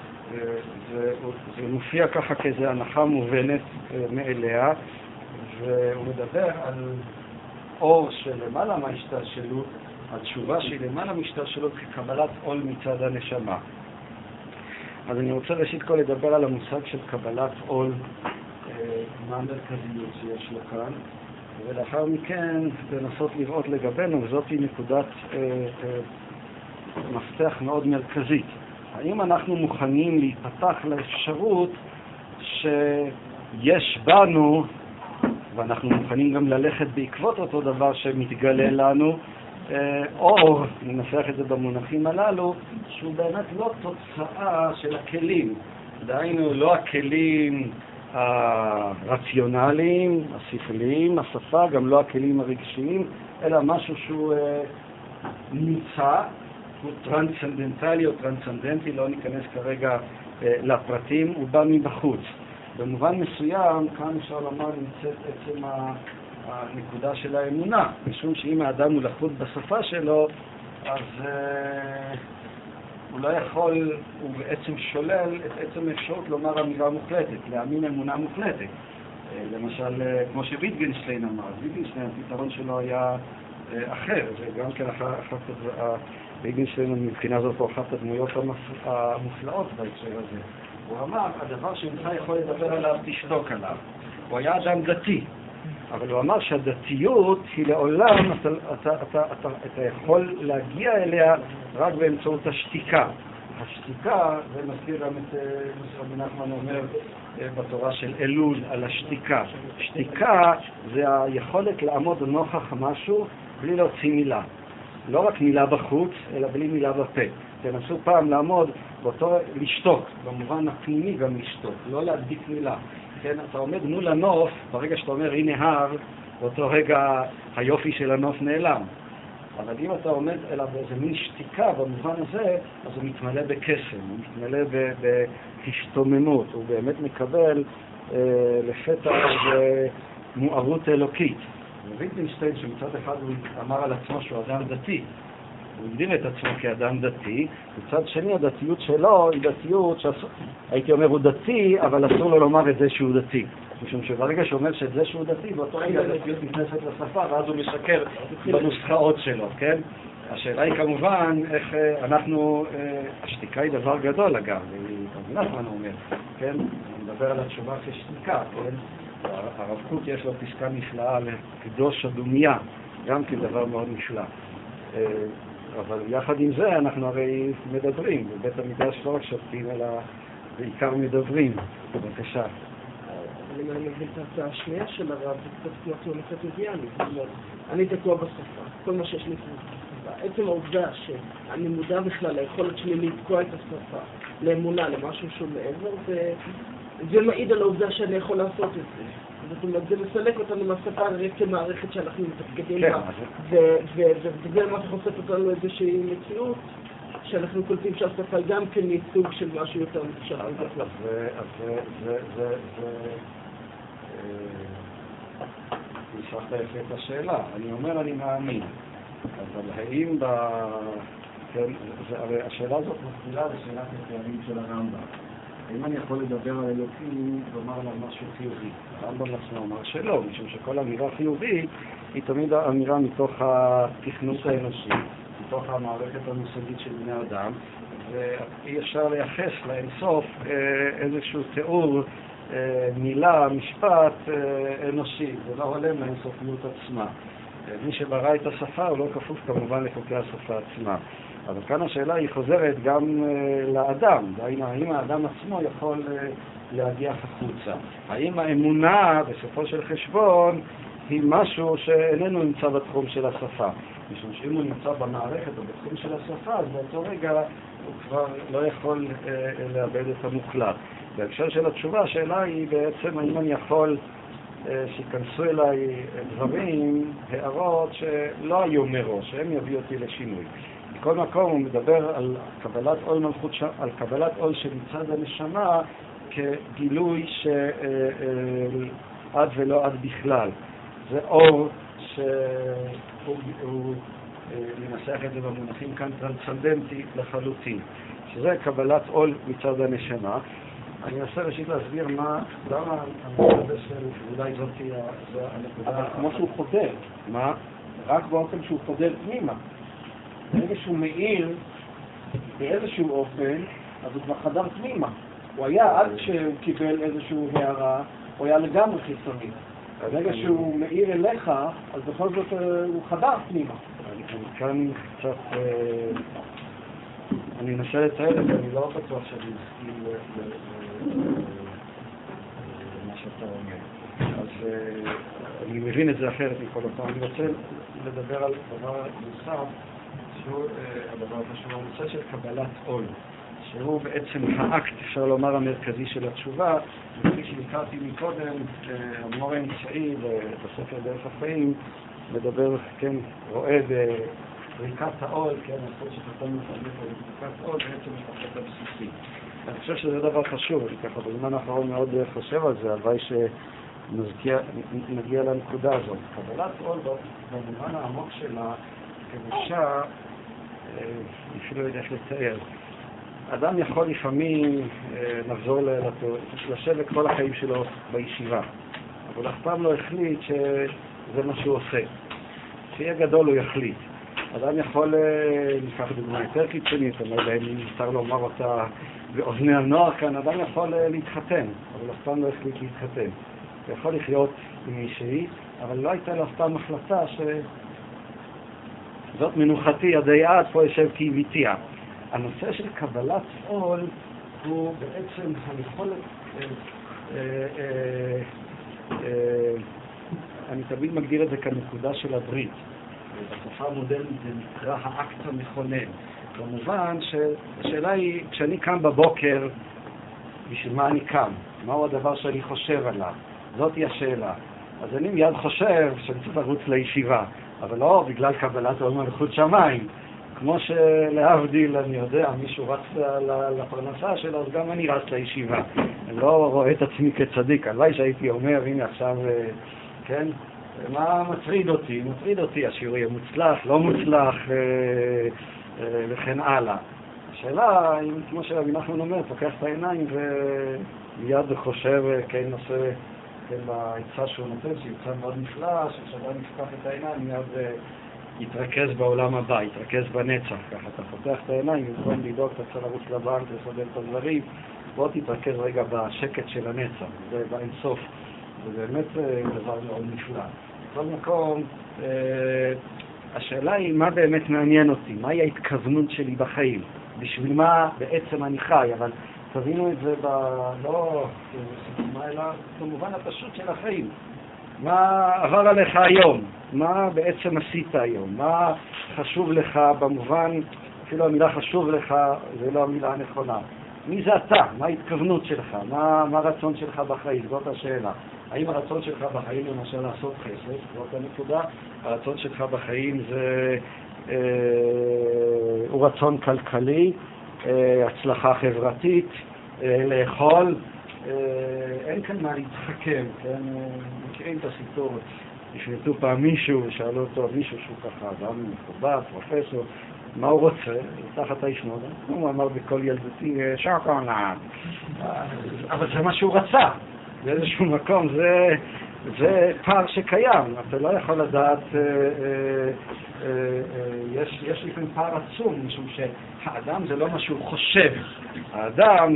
Speaker 1: זה מופיע ככה כאיזו הנחה מובנת מאליה, והוא מדבר על אור שלמעלה מההשתלשלות, התשובה שהיא למעלה מהשתלשלות כקבלת עול מצד הנשמה. אז אני רוצה ראשית כל לדבר על המושג של קבלת עול, מה המרכזיות שיש לו כאן, ולאחר מכן לנסות לראות לגבינו, וזאת היא נקודת מפתח מאוד מרכזית. האם אנחנו מוכנים להיפתח לאפשרות שיש בנו, ואנחנו מוכנים גם ללכת בעקבות אותו דבר שמתגלה לנו, אור, ננסח את זה במונחים הללו, שהוא באמת לא תוצאה של הכלים. דהיינו, לא הכלים הרציונליים, השכליים, השפה, גם לא הכלים הרגשיים, אלא משהו שהוא נמצא, הוא טרנסצנדנטלי או טרנסצנדנטי, לא ניכנס כרגע לפרטים, הוא בא מבחוץ. במובן מסוים, כאן אפשר לומר, נמצאת עצם הנקודה של האמונה, משום שאם האדם הוא לחוץ בשפה שלו, אז הוא לא יכול, הוא בעצם שולל את עצם האפשרות לומר אמירה מוחלטת, להאמין אמונה מוחלטת. למשל, כמו שוויטגנשטיין אמר, ויטגנשטיין, הפתרון שלו היה אחר, וגם כן ויטגנשטיין מבחינה זאת הוא אחת הדמויות המופלאות בהקשר הזה. הוא אמר, הדבר שאינך יכול לדבר עליו, תשתוק עליו. הוא היה אדם דתי, אבל הוא אמר שהדתיות היא לעולם, אתה יכול להגיע אליה רק באמצעות השתיקה. השתיקה, זה מזכיר גם את רבי נחמן אומר בתורה של אלול על השתיקה. שתיקה זה היכולת לעמוד נוכח משהו בלי להוציא מילה. לא רק מילה בחוץ, אלא בלי מילה בפה. תנסו פעם לעמוד לשתוק, במובן הפנימי גם לשתוק, לא להדביק מילה. כן, אתה עומד מול הנוף, ברגע שאתה אומר הנה הר, באותו רגע היופי של הנוף נעלם. אבל אם אתה עומד אליו באיזה מין שתיקה במובן הזה, אז הוא מתמלא בקסם, הוא מתמלא בהשתוממות, הוא באמת מקבל לפתע מוארות אלוקית. ויטגנשטיין שמצד אחד הוא אמר על עצמו שהוא אדם דתי, הוא הגדיר את עצמו כאדם דתי, מצד שני הדתיות שלו היא דתיות הייתי אומר הוא דתי, אבל אסור לו לומר את זה שהוא דתי. משום שברגע שאומר שאת זה שהוא דתי, באותו רגע הדתיות נכנסת לשפה, ואז הוא משקר בנוסחאות שלו, כן? השאלה היא כמובן איך אנחנו, השתיקה היא דבר גדול אגב, רבי נחמן אומר, כן? אני מדבר על התשובה כשתיקה, כן? הרב קוק יש לו פסקה נפלאה לקדוש הדומיה, גם כן דבר מאוד נפלא. אבל יחד עם זה אנחנו הרי מדברים, בבית המקדש לא רק שותקים, אלא בעיקר מדברים. בבקשה.
Speaker 3: אני מבין את ההצעה השנייה של הרב, זה קצת כמו תיאורטית אידיאלית. אני תקוע בשפה, כל מה שיש לי בשפה. עצם העובדה שאני מודע בכלל ליכולת שלי לתקוע את השפה, לאמונה, למשהו שהוא מעבר, זה מעיד על העובדה שאני יכול לעשות את זה. זאת אומרת, זה מסלק אותנו מהשפה רק כמערכת שאנחנו מתפקדים בה, וזה מה שחושף אותנו איזושהי מציאות, שאנחנו קולטים שהשפה גם כן היא סוג של משהו יותר מפשר.
Speaker 1: אז נשארת יפה את השאלה. אני אומר, אני מאמין. אבל האם הרי השאלה הזאת מתחילה לשאלת הטעמים של הרמב"ם. האם אני יכול לדבר על אלוקים ואומר עליו משהו חיובי? הרמב"ם עצמו אומר שלא, משום שכל אמירה חיובית היא תמיד אמירה מתוך התכנות האנושי, מתוך המערכת המושגית של בני אדם, ואי אפשר לייחס לאינסוף איזשהו תיאור, מילה, משפט אנושי, זה לא הולם לאינסופיות עצמה. מי שברא את השפה הוא לא כפוף כמובן לחוקי השפה עצמה. אבל כאן השאלה היא חוזרת גם לאדם, האם האדם עצמו יכול להגיע החוצה. האם האמונה בסופו של חשבון היא משהו שאיננו נמצא בתחום של השפה. משום שאם הוא נמצא במערכת או בתחום של השפה, אז באותו רגע הוא כבר לא יכול לאבד את המוחלט. בהקשר של התשובה, השאלה היא בעצם האם אני יכול שיכנסו אליי דברים, הערות שלא היו מראש, שהם יביאו אותי לשינוי. בכל מקום הוא מדבר על קבלת עול מלכות, על קבלת עול שמצד הנשמה כגילוי שעד ולא עד בכלל. זה אור שהוא מנסח את זה במונחים כאן טרנסצנדנטי לחלוטין, שזה קבלת עול מצד הנשמה. אני אנסה ראשית להסביר למה הנקודה הזה אולי זאת תהיה הנקודה.
Speaker 5: אבל כמו שהוא חודר.
Speaker 1: מה?
Speaker 5: רק באופן שהוא חודר פנימה. ברגע שהוא מאיר באיזשהו אופן, אז הוא כבר חדר פנימה. הוא היה, עד שהוא קיבל איזשהו הערה, הוא היה לגמרי חיצוני. ברגע שהוא מאיר אליך, אז בכל זאת הוא חדר פנימה.
Speaker 1: אני כאן קצת... אני אנסה לתאר את זה, אני לא בטוח שאני מסכים למה שאתה אומר. אז אני מבין את זה אחרת מכל אותם. אני רוצה לדבר על דבר נוסף, שהוא הדבר החשוב, הנושא של קבלת עול, שהוא בעצם האקט, אפשר לומר, המרכזי של התשובה. כפי שהזכרתי מקודם, המור האמצעי בספר דרך החיים מדבר, כן, רואה בריקת העול, כן, הסוד שחתנו בריקת העול, בעצם משפחת הבסיסי. אני חושב שזה דבר חשוב, אני ככה בזמן האחרון מאוד חושב על זה, הלוואי שנגיע לנקודה הזאת. קבלת עול במובן העמוק שלה, פירושה, אפילו לא יודע איך לתאר. אדם יכול לפעמים לחזור לשבת כל החיים שלו בישיבה. אבל אף פעם לא החליט שזה מה שהוא עושה. שיהיה גדול הוא יחליט. אדם יכול, ניקח דוגמה יותר קיצונית, אני לא יודע אם מותר לומר אותה באוזני הנוער כאן, אדם יכול להתחתן, אבל אף פעם לא החליט להתחתן. הוא יכול לחיות עם מישהי, אבל לא הייתה לו אף פעם החלטה שזאת מנוחתי עדי עד, פה יושב כי ביתיה. הנושא של קבלת עול הוא בעצם היכולת, אני תמיד מגדיר את זה כנקודה של הברית. בשפה המודרנית זה נקרא האקט המכונן. במובן שהשאלה היא, כשאני קם בבוקר, בשביל מה אני קם? מהו הדבר שאני חושב עליו? זאת היא השאלה. אז אני מיד חושב שאני צריך לרוץ לישיבה, אבל לא בגלל קבלת עול מלכות שמיים. כמו שלהבדיל, אני יודע, מישהו רץ לפרנסה שלו, אז גם אני רץ לישיבה. אני לא רואה את עצמי כצדיק. הלוואי שהייתי אומר, הנה עכשיו, כן? מה מטריד אותי? מטריד אותי, השיעור יהיה מוצלח, לא מוצלח, וכן הלאה. השאלה, אם כמו שרבי נחמן אומר, פוקח את העיניים ומיד חושב, כן, נושא, כן, בעצה שהוא נותן, שיצא מאוד נפלא, ששאדם נפתח את העיניים, מיד יתרכז בעולם הבא, יתרכז בנצח, ככה אתה פותח את העיניים, במקום לדאוג, אתה צריך לרוץ לבנק לסדר את הדברים, בוא תתרכז רגע בשקט של הנצח, זה באינסוף. זה באמת דבר מאוד נפלא. בכל מקום, השאלה היא מה באמת מעניין אותי, מהי ההתכוונות שלי בחיים, בשביל מה בעצם אני חי, אבל תבינו את זה לא בסיסמה, אלא במובן הפשוט של החיים. מה עבר עליך היום? מה בעצם עשית היום? מה חשוב לך במובן, אפילו המילה חשוב לך, זה לא המילה הנכונה. מי זה אתה? מה ההתכוונות שלך? מה הרצון שלך בחיים? זאת השאלה. האם הרצון שלך בחיים למשל לעשות חסד? זאת הנקודה. הרצון שלך בחיים הוא רצון כלכלי, הצלחה חברתית, לאכול. אין כאן מה להתחכם, כן? מכירים את הסיפור. השמעו פעם מישהו, שאלו אותו מישהו שהוא ככה, אדם מכובד, פרופסור, מה הוא רוצה? תחת הישמוד. הוא אמר בכל ילדותי, שוקולד. אבל זה מה שהוא רצה. באיזשהו מקום זה פער שקיים. אתה לא יכול לדעת, יש לפעמים פער עצום, משום שהאדם זה לא מה שהוא חושב. האדם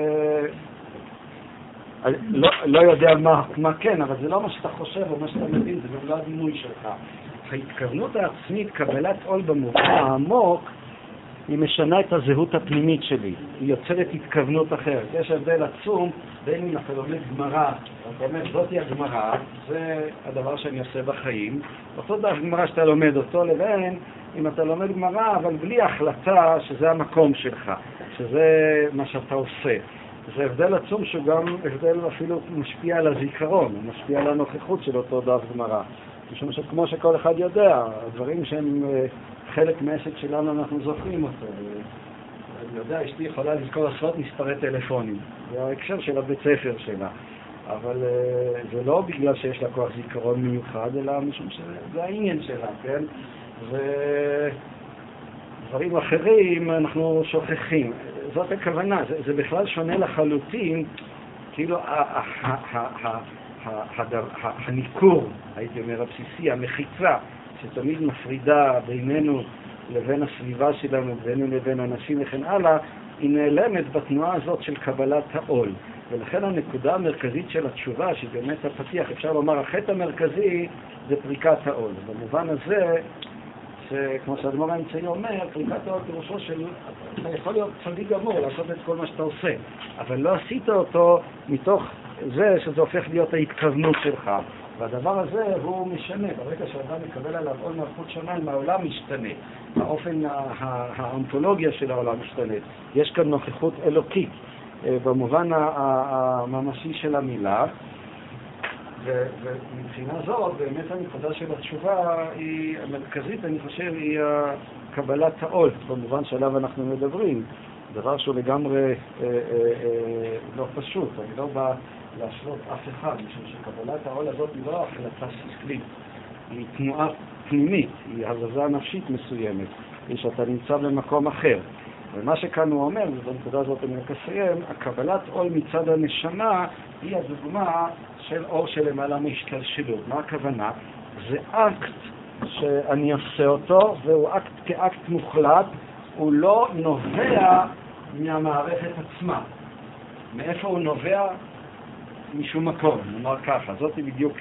Speaker 1: לא יודע מה כן, אבל זה לא מה שאתה חושב או מה שאתה מבין, זה גם לא הדימוי שלך. ההתכוונות העצמית, קבלת עול במובן העמוק, היא משנה את הזהות הפנימית שלי. היא יוצרת התכוונות אחרת. יש הבדל עצום בין אם אתה לומד גמרא, אתה אומר, זאת היא הגמרא, זה הדבר שאני עושה בחיים, אותו דבר גמרא שאתה לומד אותו, לבין אם אתה לומד גמרא, אבל בלי החלטה שזה המקום שלך, שזה מה שאתה עושה. זה הבדל עצום שהוא גם הבדל אפילו משפיע על הזיכרון, משפיע על הנוכחות של אותו דף גמרא. משום שכמו שכל אחד יודע, הדברים שהם חלק מהעסק שלנו אנחנו זוכרים אותו. אני יודע, אשתי יכולה לזכור עשרות מספרי טלפונים, זה ההקשר של הבית ספר שלה. אבל זה לא בגלל שיש לה כוח זיכרון מיוחד, אלא משום שזה העניין שלה, כן? ודברים אחרים אנחנו שוכחים. זאת הכוונה, זה בכלל שונה לחלוטין, כאילו הניכור, הייתי אומר, הבסיסי, המחיצה, שתמיד מפרידה בינינו לבין הסביבה שלנו, בינינו לבין אנשים וכן הלאה, היא נעלמת בתנועה הזאת של קבלת העול. ולכן הנקודה המרכזית של התשובה, שהיא באמת הפתיח, אפשר לומר, החטא המרכזי זה פריקת העול. במובן הזה, כמו שהאדמו"ר האמצעי אומר, פריקת העול פירושו של, אתה יכול להיות צדיק גמור, לעשות את כל מה שאתה עושה, אבל לא עשית אותו מתוך זה שזה הופך להיות ההתכוונות שלך. והדבר הזה הוא משנה. ברגע שאדם מקבל עליו עול מלכות שמיים, העולם משתנה. האופן, האונתולוגיה של העולם משתנה. יש כאן נוכחות אלוקית, במובן הממשי של המילה. ומבחינה זאת, באמת הנקודה של התשובה היא המרכזית, אני חושב, היא קבלת העול, במובן שעליו אנחנו מדברים. דבר שהוא לגמרי לא פשוט. אני לא בא להשלות אף אחד, משום שקבלת העול הזאת היא לא החלטה שכלית, היא תנועה פנימית, היא הזזה נפשית מסוימת, היא שאתה נמצא במקום אחר. ומה שכאן הוא אומר, ובנקודה הזאת אני אסיים, הקבלת עול מצד הנשמה היא הדוגמה של אור שלמעלה מהשתלשלות. מה הכוונה? זה אקט שאני עושה אותו, והוא אקט כאקט מוחלט, הוא לא נובע מהמערכת עצמה. מאיפה הוא נובע? משום מקום, נאמר ככה. זאת היא בדיוק,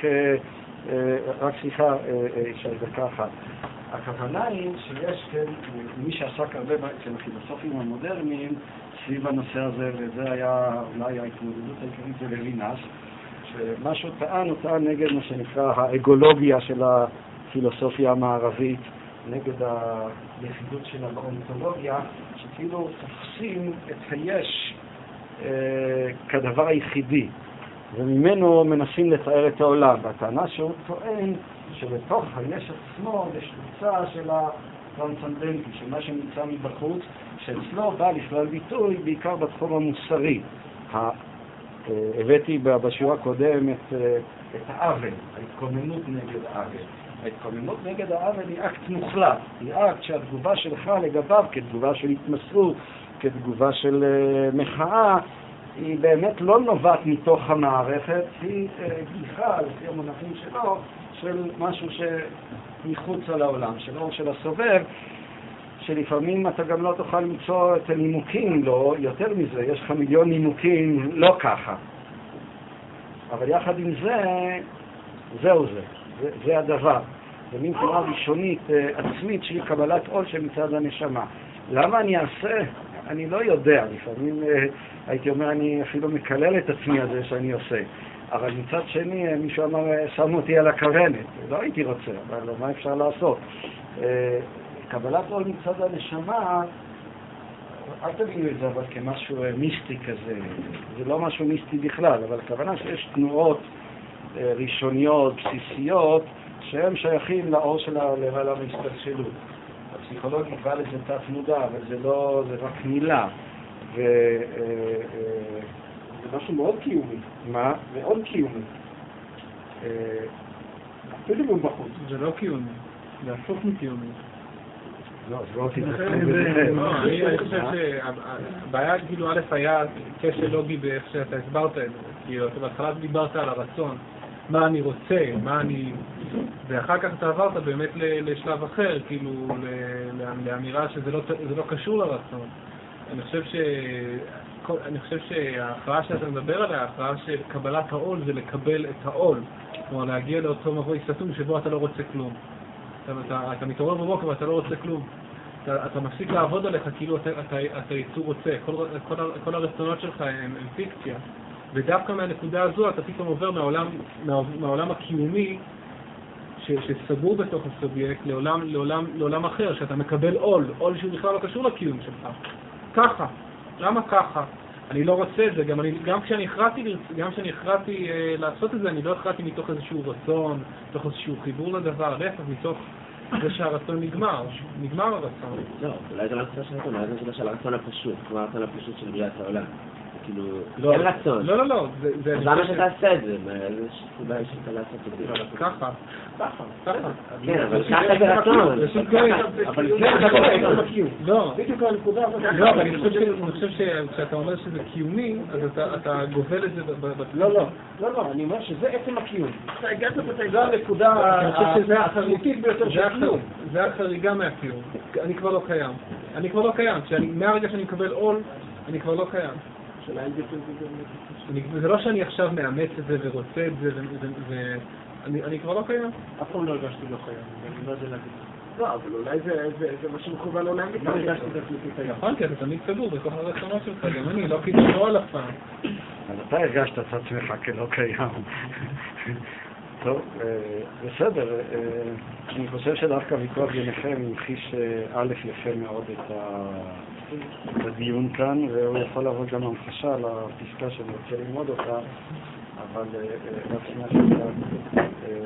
Speaker 1: רק סליחה, של דקה אחת. הכוונה היא שיש מי שעסק הרבה אצל הפילוסופים המודרניים סביב הנושא הזה, וזה היה אולי ההתמודדות העיקרית של לוינס, שמשהו הוא טען נגד מה שנקרא האגולוגיה של הפילוסופיה המערבית, נגד היחידות של האונתולוגיה, שכאילו תופסים את היש כדבר היחידי, וממנו מנסים לתאר את העולם. והטענה שהוא טוען שבתוך היש עצמו יש תוצאה של הטרנסנדנטי, של מה שנמצא מבחוץ, שאצלו בא לכלל ביטוי בעיקר בתחום המוסרי. הבאתי בשיעור הקודם את העוול, ההתקוממות נגד העוול. ההתקוממות נגד העוול היא אקט מוחלט, היא אקט שהתגובה שלך לגביו כתגובה של התמסרות, כתגובה של מחאה, היא באמת לא נובעת מתוך המערכת, היא גיחה, לפי המונחים שלו, של משהו שמחוץ על העולם, של אור של הסובב, שלפעמים אתה גם לא תוכל למצוא את הנימוקים, לא, יותר מזה, יש לך מיליון נימוקים לא ככה. אבל יחד עם זה, זהו זה הדבר. זה מין תנועה ראשונית עצמית שהיא קבלת עול שמצד הנשמה. למה אני אעשה? אני לא יודע. לפעמים הייתי אומר, אני אפילו מקלל את עצמי על זה שאני עושה. אבל מצד שני, מישהו אמר, שמו אותי על הכוונת. לא הייתי רוצה, אבל מה אפשר לעשות? קבלת עול מצד הנשמה, אל תבינו את זה אבל כמשהו מיסטי כזה. זה לא משהו מיסטי בכלל, אבל הכוונה שיש תנועות ראשוניות, בסיסיות, שהם שייכים לאור של הלמעלה מהשתלשלות. הפסיכולוגיה קבעה לזה תת מודע, אבל זה רק מילה. זה
Speaker 5: משהו מאוד קיומי.
Speaker 1: מה?
Speaker 5: מאוד קיומי. אפילו גם בחוץ.
Speaker 4: זה לא קיומי, זה הפוך מקיומי.
Speaker 1: לא, זה לא תתעסקו בזה.
Speaker 4: אני חושב שהבעיה, כאילו, א' היה קשר לוגי באיך שאתה הסברת את זה. כאילו, בהתחלה דיברת על הרצון, מה אני רוצה, ואחר כך אתה עברת באמת לשלב אחר, כאילו, לאמירה שזה לא קשור לרצון. אני חושב שההכרעה שאתה מדבר עליה, ההכרעה של קבלת העול זה לקבל את העול. כלומר, להגיע לאותו מבוי סתום שבו אתה לא רוצה כלום. אתה מתעורר בבוקר ואתה לא רוצה כלום. אתה מפסיק לעבוד עליך כאילו אתה יצור רוצה. כל הרצונות שלך הם פיקציה. ודווקא מהנקודה הזו אתה פתאום עובר מהעולם הקיומי שסגור בתוך הסובייקט לעולם אחר, שאתה מקבל עול שהוא בכלל לא קשור לקיום שלך. ככה. למה ככה? אני לא רוצה את זה, גם כשאני הכרעתי לעשות את זה, אני לא הכרעתי מתוך איזשהו רצון, מתוך איזשהו חיבור לדבר, להפך, מתוך זה שהרצון נגמר הרצון.
Speaker 2: לא, אולי זה לא נקודה של הרצון, אולי זה של הרצון הפשוט, כמו הרצון הפשוט של בריאת העולם. כאילו, אין רצון.
Speaker 4: לא, זה...
Speaker 2: אז למה שאתה עושה את זה? איזה סיבה יש שאתה לעשות את זה?
Speaker 4: ככה.
Speaker 2: כן, אבל ככה זה רצון. אבל זה
Speaker 5: בקיום.
Speaker 4: לא.
Speaker 5: בדיוק הנקודה הזאת.
Speaker 4: לא, אבל אני חושב שכשאתה אומר שזה קיומי, אז אתה גובל את זה...
Speaker 5: לא, אני אומר שזה עצם הקיום. זה הנקודה החריגית ביותר של הקיום.
Speaker 4: זה החריגה מהקיום. אני כבר לא קיים. מהרגע שאני מקבל עול, אני כבר לא קיים. זה לא שאני עכשיו מאמץ את זה ורוצה את זה, אני כבר לא קיים.
Speaker 5: אף פעם לא הרגשתי לא קיים, אני לא יודע להגיד. לא, אבל אולי זה מה שמכוון לא להגיד. לא הרגשתי את עצמי קיים.
Speaker 4: נכון, כי אתה תמיד סגור בתוך הרצונות שלך, גם אני לא קיבל לא על אף פעם.
Speaker 1: אז אתה הרגשת את עצמך כלא קיים. טוב, בסדר. אני חושב שדווקא ויכוח ביניכם המחיש א' יפה מאוד את הדיון כאן, והוא יכול לעבוד גם המחשה לפסקה שאני רוצה ללמוד אותה, אבל רק שנייה שאתה...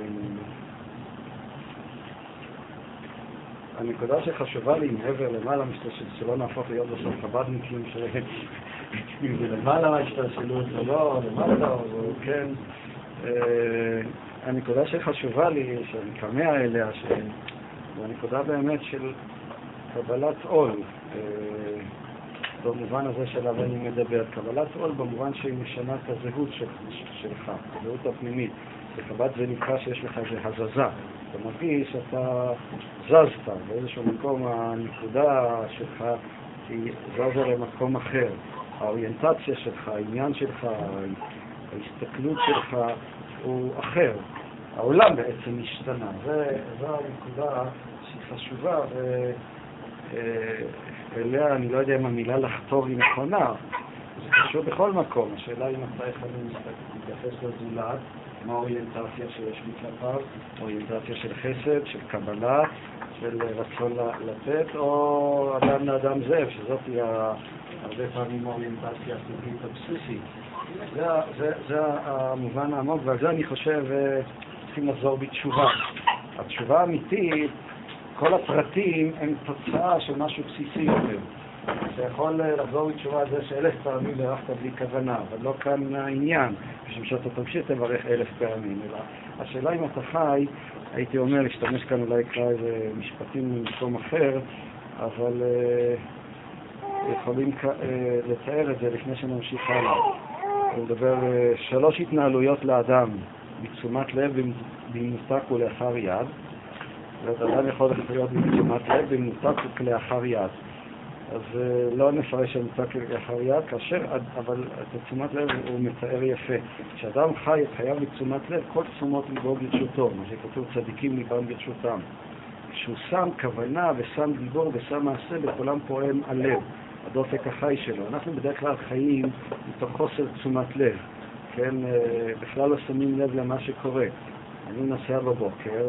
Speaker 1: הנקודה שחשובה לי מעבר למעלה שלא נהפוך להיות בסוף חב"דניקים אם זה למעלה מהשתלשלות או לא, למעלה או כן. הנקודה שחשובה לי, שאני קמע אליה, זו הנקודה באמת של קבלת עול. במובן הזה שלו אני מדבר. קבלת עול במובן שהיא משנה את הזהות שלך, הזהות הפנימית. בחב"ד זה נקרא שיש לך איזו הזזה. אתה מרגיש שאתה זזת באיזשהו מקום, הנקודה שלך היא זזה למקום אחר. האוריינטציה שלך, העניין שלך, ההסתכלות שלך הוא אחר. העולם בעצם השתנה. זו הנקודה שהיא חשובה ואליה אני לא יודע אם המילה לחתור היא נכונה. זה קשור בכל מקום. השאלה אם אתה יכול להתייחס לזולת, מה האוריינטציה שיש מכלפיו, אוריינטציה של חסד, של קבלה, של רצון לתת, או אדם לאדם זאב, שזאת היא הרבה פעמים אוריינטציה טבעית או בסיסית. זה המובן העמוק, ועל זה אני חושב צריכים לחזור בתשובה. התשובה האמיתית, כל הפרטים הם תוצאה של משהו בסיסי יותר. אתה יכול לחזור בתשובה על זה ש1000 פעמים ברכת בלי כוונה, אבל לא כאן העניין, בשביל שאתה תמשיך לברך 1000 פעמים. אלא השאלה אם אתה חי, הייתי אומר, להשתמש כאן אולי אקרא איזה משפטים ממקום אחר, אבל יכולים לתאר את זה לפני שנמשיך הלאה. הוא מדבר 3 התנהלויות לאדם, בתשומת לב, במנותק ולאחר יד. ואדם יכול להיות בתשומת לב, במנותק ולאחר יד. אז לא נפרש המנותק לאחר יד, אבל את תשומת לב הוא מתאר יפה. כשאדם חי את חייו בתשומת לב, כל תשומות ליבו ברשותו, מה שכתוב צדיקים ליבם ברשותם. כשהוא שם כוונה ושם דיבור ושם מעשה, בכולם פועם הלב, הדופק החי שלו. אנחנו בדרך כלל חיים מתוך חוסר תשומת לב, כן? בכלל לא שמים לב למה שקורה. אני נוסע בבוקר,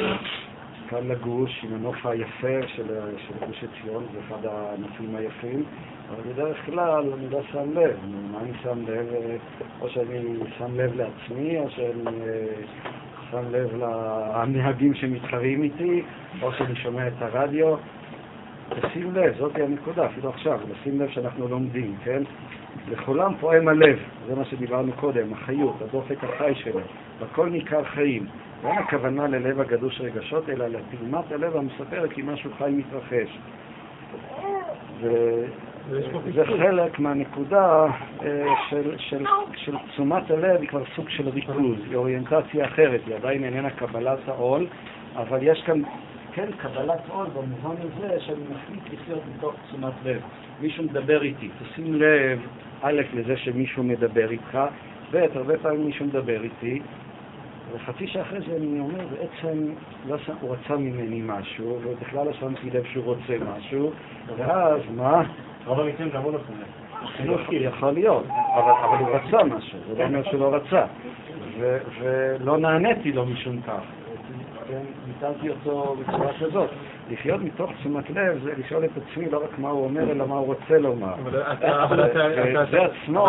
Speaker 1: כאן לגוש עם הנוף היפה של גוש עציון, זה אחד הנופים היפים, אבל בדרך כלל אני לא שם לב. מה אני שם לב? או שאני שם לב לעצמי, או שאני שם לב לנהגים שמתחרים איתי, או שאני שומע את הרדיו. תשים לב, זאת היא הנקודה, אפילו עכשיו, לשים לב שאנחנו לומדים, כן? לכולם פועם הלב, זה מה שדיברנו קודם, החיות, הדופק החי שלו, בכל ניכר חיים. ואין הכוונה ללב הגדוש רגשות, אלא לפעימת הלב המספרת כי משהו חי מתרחש. וזה חלק מהנקודה של תשומת הלב, היא כבר סוג של ריכוז, היא אוריינטציה אחרת, היא עדיין איננה קבלת העול, אבל יש כאן כן קבלת עול במובן הזה שאני מחליט לחיות מתוך תשומת לב. מישהו מדבר איתי, תשים לב א' לזה שמישהו מדבר איתך, ב' הרבה פעמים מישהו מדבר איתי, וחצי שאחרי זה אני אומר, בעצם הוא רצה ממני משהו, ובכלל לא שמתי לב שהוא רוצה משהו, ואז מה?
Speaker 4: רוב המקרים גם הוא לא שומע.
Speaker 1: יכול להיות, אבל הוא רצה משהו, זה לא אומר שהוא לא רצה, ולא נעניתי לו משום כך. ניתנתי אותו בצורה כזאת. לחיות מתוך תשומת לב זה לשאול את עצמי לא רק מה הוא אומר, אלא מה הוא רוצה לומר. וזה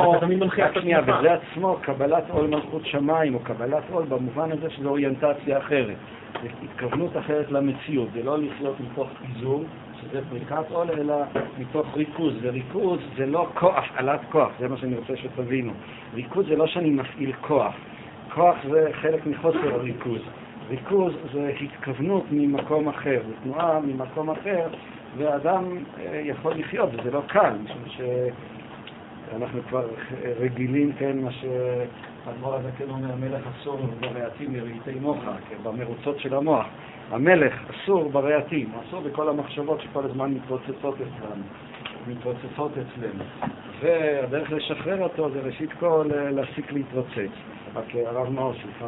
Speaker 1: עצמו קבלת עול מלכות שמיים, או קבלת עול במובן הזה של אוריינטציה אחרת. זה התכוונות אחרת למציאות. זה לא לחיות מתוך איזון, שזה פריקת עול, אלא מתוך ריכוז. וריכוז זה לא הפעלת כוח, זה מה שאני רוצה שתבינו. ריכוז זה לא שאני מפעיל כוח. כוח זה חלק מחוסר הריכוז. ריכוז זה התכוונות ממקום אחר, זה תנועה ממקום אחר, ואדם יכול לחיות, וזה לא קל, משום שאנחנו כבר רגילים, כן, מה שהדבר הזה כן אומר, המלך אסור ברעתים לרעיתי מוחה, במרוצות של המוח. המלך אסור ברעתים, אסור בכל המחשבות שכל הזמן מתרוצצות אצלנו. והדרך לשחרר אותו זה ראשית כל להפסיק להתרוצץ. רק הרב מאור, סליחה.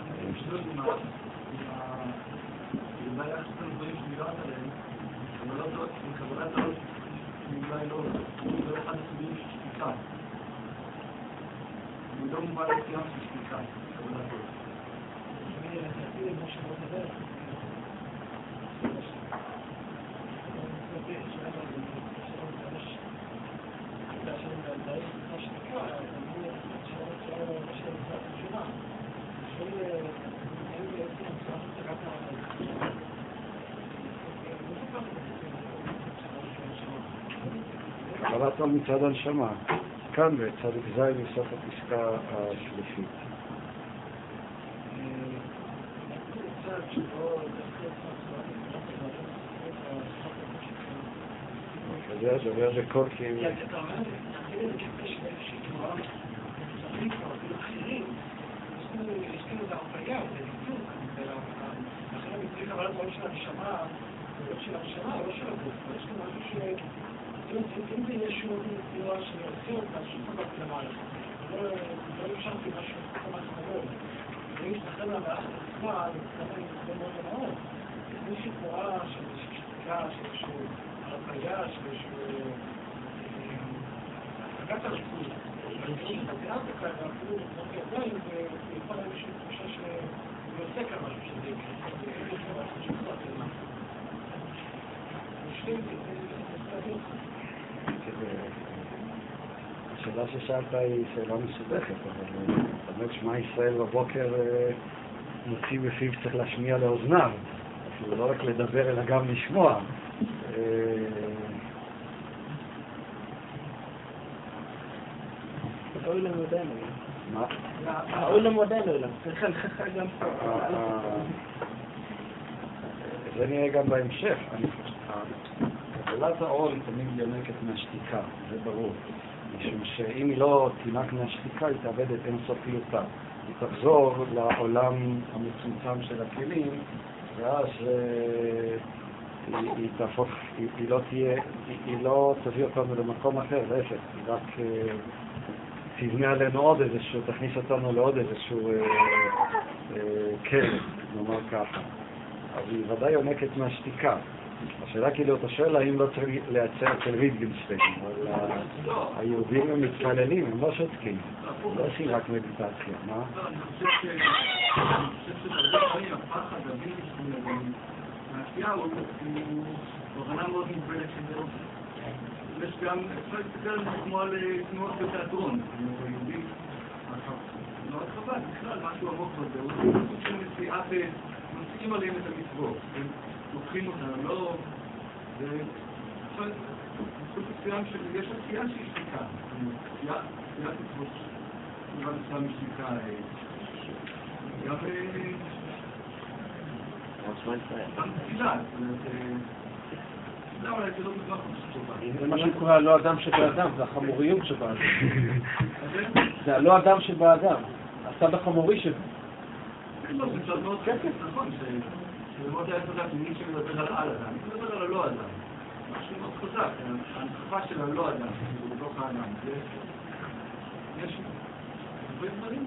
Speaker 1: קבלת עול מצד הנשמה, כאן בצדיק זין בסוף הפסקה השלישית. דבר בקול כי...
Speaker 3: אתה אומר, תתחיל את הקטע של איזושהי תורה, שמים כבר אפילו אחרים, יש כאילו זה הרפאיה, זה ניתוק, לכן אני צריך אבל הדברים של הנשמה, לא של הגוף, יש לי משהו ש... אם זה יהיה שהוא תנועה שאני עושה אותה, שחזרתי למעלה, לא אפשרתי משהו כמה חמור, ואם מסתכל למערכת עצמה, אני מתכוון מאוד למעוד. יש איזושהי תנועה של איזושהי שתיקה, של איזושהי הרפאיה, של איזושהי הגעת הריכוז. אני מתקנה אותה כאן, ואפילו נתנות ידיים, ויכול להיות איזושהי תחושה שאני עושה כאן משהו שזה
Speaker 1: השאלה ששאלת היא שאלה מסובכת, אבל באמת שמע ישראל בבוקר מוציא בפיו צריך להשמיע לאוזניו, אפילו לא רק לדבר אלא גם לשמוע.
Speaker 2: אוי למודנו.
Speaker 1: מה?
Speaker 2: אוי למודנו, צריך לך גם פה.
Speaker 1: זה נראה גם בהמשך. קבלת העול תמיד יונקת מהשתיקה, זה ברור. משום שאם היא לא תינק מהשתיקה, היא תאבד את אינסופיותה. היא תחזור לעולם המצומצם של הכלים, ואז היא לא תביא אותנו למקום אחר, להפך, היא רק תבנה עלינו עוד איזשהו, תכניס אותנו לעוד איזשהו כלב, נאמר ככה. אז היא ודאי יונקת מהשתיקה. השאלה כאילו, אתה שואל האם לא צריך לייצר אצל ויטגנשטיין, אבל היהודים הם מתפללים, הם לא שותקים, לא עושים רק מדיטציה, מה?
Speaker 3: אני חושב שהרבה פעמים הפחד, הוויטגנשטיין, העשייה הוא הבנה מאוד מוגבלת של זה. יש גם, אפשר להסתכל על זה כמו על תנועות בתיאטרון, היהודים, מאוד חבל, בכלל, משהו עמוק בזה, הוא סוג של נשיאה ונושאים עליהם את המצוות. לוקחים אותם, לא... זה... עכשיו, סוג מסוים שיש עשייה שהיא שתיקה. עשייה מצוות נראה מסוים משתיקה. גם... גם תפילה. זה אולי זה לא בטוח טובה.
Speaker 5: זה מה שקורה הלא אדם שבאדם, זה החמוריות שבאדם. זה הלא אדם שבאדם, הצד החמורי שבו.
Speaker 3: לא, זה צד מאוד כיף, נכון, זה מאוד היה חזק ממי שמדבר על על-אדם, אני מדבר על הלא-אדם. משהו מאוד חזק, ההנכחה של הלא-אדם, שזה בתוך האדם. יש הרבה דברים...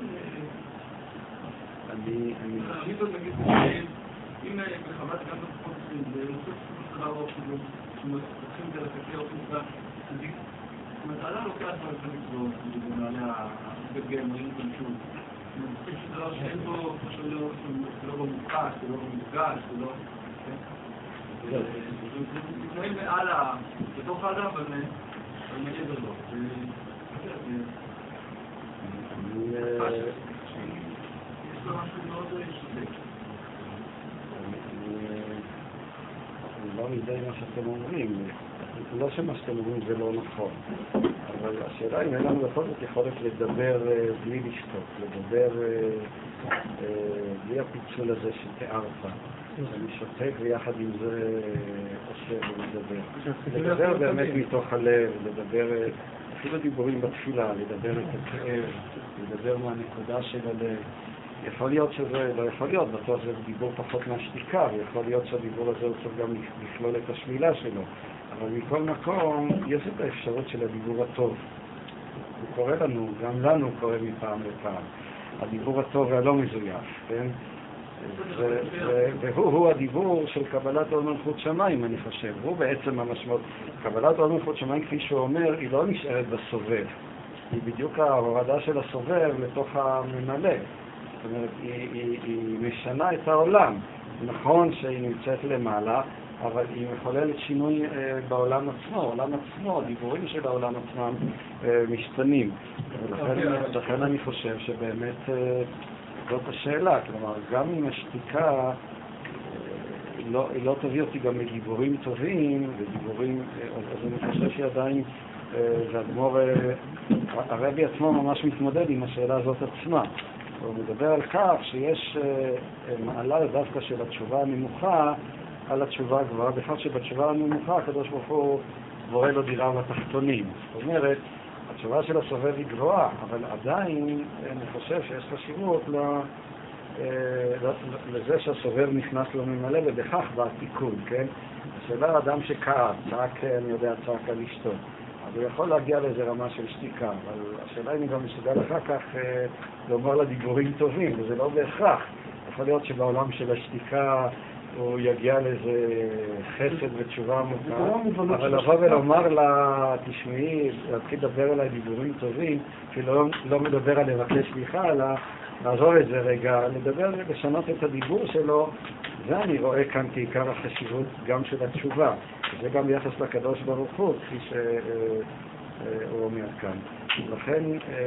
Speaker 3: אני עוד נגיד, אם בחב"ד גם בפחות עושים, זה נושא ספר הרוב שמתחילים את זה לפקר אותם את הצדיק. זאת אומרת, האדם לוקח על זה מצוות, במעלה הגגל, מראים אותם שוב. אני חושב שזה דבר שאין בו, שלא במוקש, שלא במפגש, שלא... זה מתנהל מעל בתוך האדם, אבל מעבר לו. יש לו משהו מאוד שותק.
Speaker 1: אני לא מזדהה מה שאתם אומרים, לא שמה שאתם אומרים זה לא נכון, אבל השאלה אם אין לנו בכל זאת יכולת לדבר בלי לשתוק, לדבר בלי הפיצול הזה שתיארת. אני שותק ויחד עם זה עושה ולדבר. לדבר באמת מתוך הלב, לדבר אפילו דיבורים בתפילה, לדבר את הכאב, לדבר מהנקודה של הלב. יכול להיות שזה, לא יכול להיות, בטוח זה דיבור פחות מהשתיקה, ויכול להיות שהדיבור הזה הוא צריך גם לכלול את השלילה שלו. אבל מכל מקום, יש את האפשרות של הדיבור הטוב. הוא קורא לנו, גם לנו הוא קורא מפעם לפעם. הדיבור הטוב והלא מזויף, כן? והוא הדיבור של קבלת עול מלכות שמיים, אני חושב. הוא בעצם המשמעות. קבלת עול מלכות שמיים, כפי שהוא אומר, היא לא נשארת בסובב. היא בדיוק ההורדה של הסובב לתוך הממלא. זאת אומרת, היא משנה את העולם. נכון שהיא נמצאת למעלה, אבל היא מחוללת שינוי בעולם עצמו. העולם עצמו, הדיבורים של העולם עצמם משתנים. לכן אני חושב שבאמת זאת השאלה. כלומר, גם אם השתיקה היא לא תביא אותי גם לדיבורים טובים, ודיבורים, אז אני חושב שעדיין, והאדמו"ר, הרבי עצמו ממש מתמודד עם השאלה הזאת עצמה. הוא מדבר על כך שיש מעלה דווקא של התשובה הנמוכה על התשובה הגבוהה, בכך שבתשובה הנמוכה הקדוש ברוך הוא בורא לו דירה בתחתונים. זאת אומרת, התשובה של הסובב היא גבוהה, אבל עדיין אני חושב שיש חשיבות לזה שהסובב נכנס לו ממלא, ובכך בא התיקון, כן? השאלה אדם שכעס, צעק, אני יודע, צעק על אשתו. אז הוא יכול להגיע לאיזה רמה של שתיקה, אבל השאלה אם הוא גם מסוגל אחר כך לומר לה דיבורים טובים, וזה לא בהכרח. יכול להיות שבעולם של השתיקה הוא יגיע לאיזה חסד ותשובה עמוקה, אבל לבוא ולומר לה, תשמעי, להתחיל לדבר עליי דיבורים טובים, אפילו לא מדבר על לבקש סליחה, אלא לעזור את זה רגע, לדבר ולשנות את הדיבור שלו, זה אני רואה כאן כעיקר החשיבות גם של התשובה. זה גם ביחס לקדוש ברוך הוא, כפי שהוא אומר כאן. לכן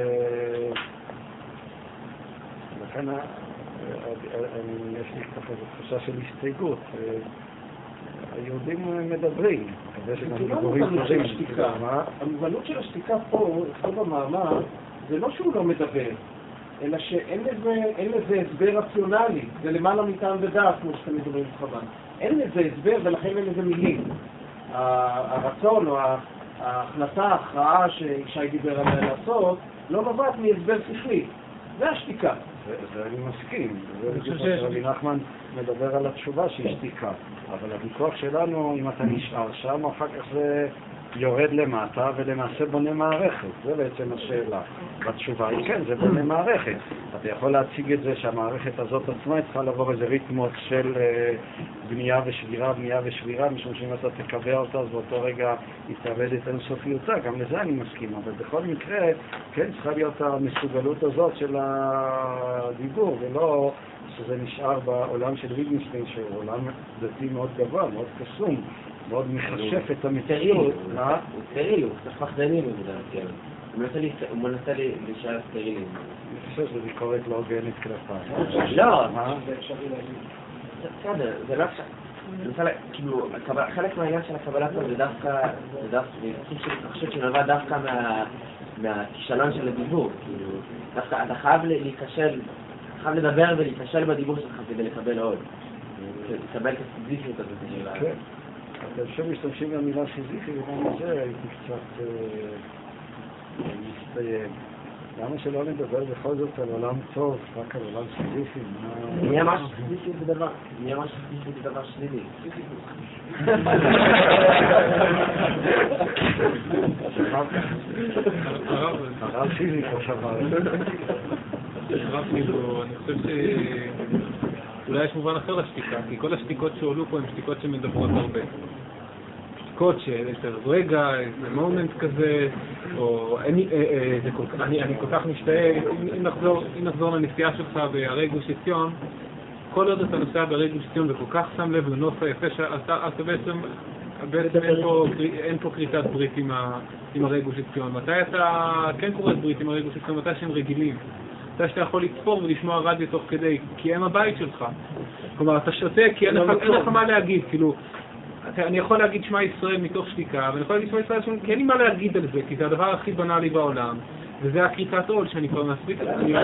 Speaker 1: יש לי ככה תחושה של הסתייגות. היהודים מדברים, כדי שגם דיבורים טובים.
Speaker 5: המובנות של השתיקה פה, במאמר, זה לא שהוא לא מדבר, אלא שאין לזה הסבר רציונלי, זה למעלה מטעם ודעת, כמו שאתם מדברים בכוון. אין לזה הסבר ולכן אין לזה מילים. הרצון או ההחלטה, ההכרעה שישי דיבר עליה לעשות, לא נובעת מהסבר שכלי. זה השתיקה.
Speaker 1: זה אני מסכים. רבי נחמן מדבר על התשובה שהיא שתיקה. אבל הוויכוח שלנו, אם אתה נשאר שם, אחר כך זה יורד למטה ולמעשה בונה מערכת. זה בעצם השאלה. והתשובה היא כן, זה בונה מערכת. אתה יכול להציג את זה שהמערכת הזאת עצמה צריכה לעבור איזה ריתמות של בנייה ושבירה, משום שאם אתה תקבע אותה, אז באותו רגע יתאבד את אינסופיותה. גם לזה אני מסכים. אבל בכל מקרה, כן, צריכה להיות המסוגלות הזאת של הדיבור, ולא שזה נשאר בעולם של ויטגנשטיין, שהוא עולם דתי מאוד גבוה, מאוד קסום. מאוד מחשף את המציאות.
Speaker 2: מה? הוא סטרילי, הוא קצת פחדנים במידה, כן. הוא מנסה להישאר סטרילי.
Speaker 1: אני חושב שזו ביקורת לא הוגנת כלפיי.
Speaker 2: לא! בסדר, זה לא עכשיו. כאילו, חלק מהעניין של הקבלה פה זה דווקא, סוג של התרחשות שנובע דווקא מהכישלון של הדיבור. כאילו, דווקא אתה חייב חייב לדבר ולהיכשל בדיבור שלך כדי לקבל עוד. לקבל את הסיזיפיות הזאת.
Speaker 1: כן. אתה עכשיו משתמשים במילה סיזיפי, וגם לזה הייתי קצת מסתיים. למה שלא נדבר בכל זאת על עולם טוב, רק על עולם סיזיפי?
Speaker 2: מי אמר שסיזיפי זה דבר שלילי?
Speaker 1: הרב סיזיפו שבר.
Speaker 6: אני חושב אולי יש מובן אחר לשתיקה, כי כל השתיקות שעולו פה הן שתיקות שמדברות הרבה. שתיקות שיש רגע, איזה מומנט כזה, או אני כל כך משתאה, אם נחזור לנסיעה שלך בהרי גוש עציון, כל עוד אתה נוסע בהרי גוש עציון וכל כך שם לב לנוף היפה שאתה בעצם אין פה כריתת ברית עם הרי גוש עציון. מתי אתה כן קוראת ברית עם הרי גוש עציון? מתי שהם רגילים? אתה שאתה יכול לצפור ולשמוע רדיו תוך כדי, כי הם הבית שלך. כלומר, אתה שותק כי אין לך מה להגיד, כאילו, אני יכול להגיד שמע ישראל מתוך שתיקה, ואני יכול להגיד שמע ישראל כי אין לי מה להגיד על זה, כי זה הדבר הכי בנאלי בעולם, וזה הקריצת עול שאני כבר מספיק,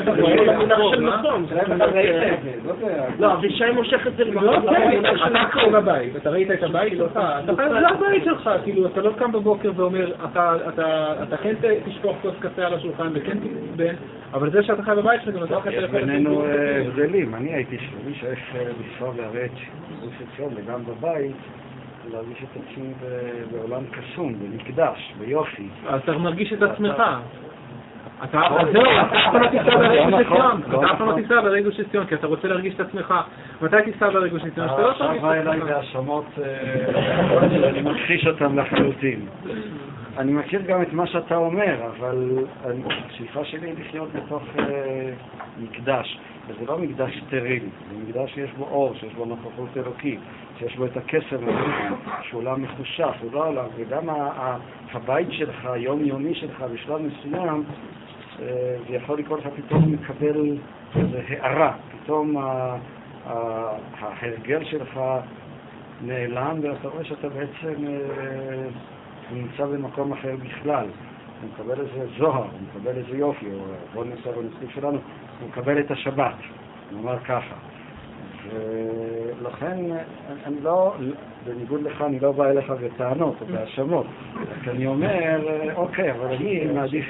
Speaker 5: לא, אבישי מושך את זה
Speaker 6: אתה קרוב הבית, אתה ראית את הבית שלך, זה הבית שלך, כאילו, אתה לא קם בבוקר ואומר, אתה כן תשפוך כוס קפה על השולחן וכן תתבן, אבל זה שאתה חי בבית שלך,
Speaker 1: יש בינינו הבדלים. אני הייתי שלי שיש לנסוע והרץ גוש עציון וגם בבית, להרגיש את עצמי בעולם קסום, במקדש, ביופי.
Speaker 6: אז אתה מרגיש את עצמך. אתה אף פעם לא תיסע ברי גוש עציון, כי אתה רוצה להרגיש את עצמך. מתי תיסע ברי גוש עציון?
Speaker 1: עכשיו אליי בהאשמות, אני מכחיש אותם לחלוטין. אני מכיר גם את מה שאתה אומר, אבל השאיפה שלי היא לחיות בתוך מקדש. וזה לא מקדש סטרילי, זה מקדש שיש בו אור, שיש בו נוכחות אלוקית, שיש בו את הקסם הזה, שהוא עולם מחושף, הוא לא עולם, וגם הבית שלך, היומיומי שלך בשלב מסוים, זה יכול לקרוא לך פתאום מקבל איזו הערה, פתאום ההרגל שלך נעלם, ואתה רואה שאתה בעצם נמצא במקום אחר בכלל. הוא מקבל איזה זוהר, הוא מקבל איזה יופי, או בוא ננסה בנושאים שלנו, הוא מקבל את השבת, נאמר ככה. לכן אני לא, בניגוד לך, אני לא בא אליך בטענות או בהאשמות. רק אני אומר, אוקיי, אבל אני מעדיף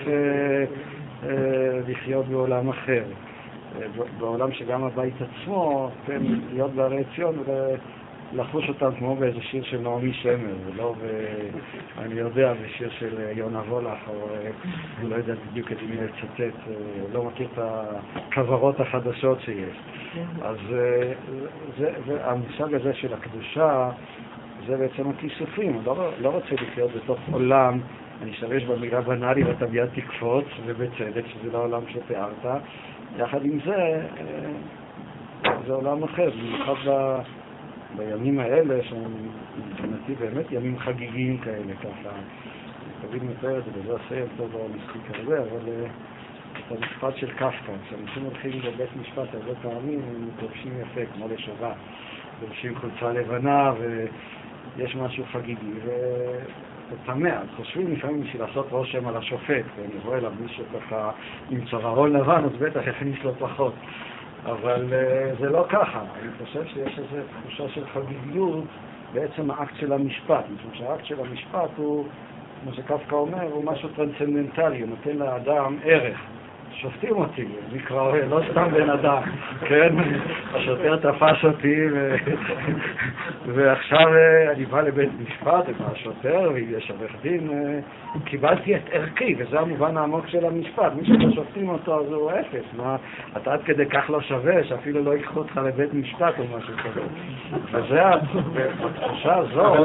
Speaker 1: לחיות בעולם אחר. בעולם שגם הבית עצמו, להיות בערי ציון ולחוש אותם כמו באיזה שיר של נעמי שמר, ולא אני יודע, בשיר של יונה וולך, או לא יודע בדיוק את מי לצטט, לא מכיר את הכוורות החדשות שיש. אז המושג הזה של הקדושה, זה בעצם הכיסופים. אני לא רוצה לחיות בתוך עולם, אני אשתמש במילה בנאלי ואתה מיד תקפוץ, ובצדק, שזה לא העולם שתיארת. יחד עם זה, זה עולם אחר, במיוחד בימים האלה, שמבחינתי באמת ימים חגיגיים כאלה, ככה. תבין מתאר את זה, וזה עושה טוב לא מספיק הרבה, אבל את המשפט של קפקא, כשאנשים הולכים בבית משפט הרבה פעמים, הם מתלבשים יפה, כמו לשבה, לובשים חולצה לבנה, ויש משהו חגיגי, ותמה, חושבים לפעמים בשביל לעשות רושם על השופט, ואני רואה אליו מישהו ככה עם צווארון לבן, אז בטח יכניס לו פחות. אבל זה לא ככה. אני חושב שיש איזו תחושה של חגיגיות בעצם האקט של המשפט, משום שהאקט של המשפט הוא, כמו שקפקא אומר, הוא משהו טרנסצנדנטלי, הוא נותן לאדם ערך. שופטים אותי, נקרא, לא סתם בן אדם, כן? השוטר תפס אותי ועכשיו אני בא לבית משפט, והשוטר, ויש עורך דין, קיבלתי את ערכי, וזה המובן העמוק של המשפט. מי ששופטים אותו אז הוא אפס, מה, אתה עד כדי כך לא שווה, שאפילו לא ייקחו אותך לבית משפט או משהו כזה. וזה, בתחושה הזאת,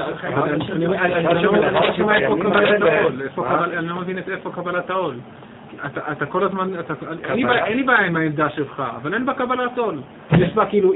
Speaker 6: אני לא מבין איפה קבלת העול. אתה כל הזמן, אין לי בעיה עם העמדה שלך, אבל אין בה קבלת עול. יש בה כאילו,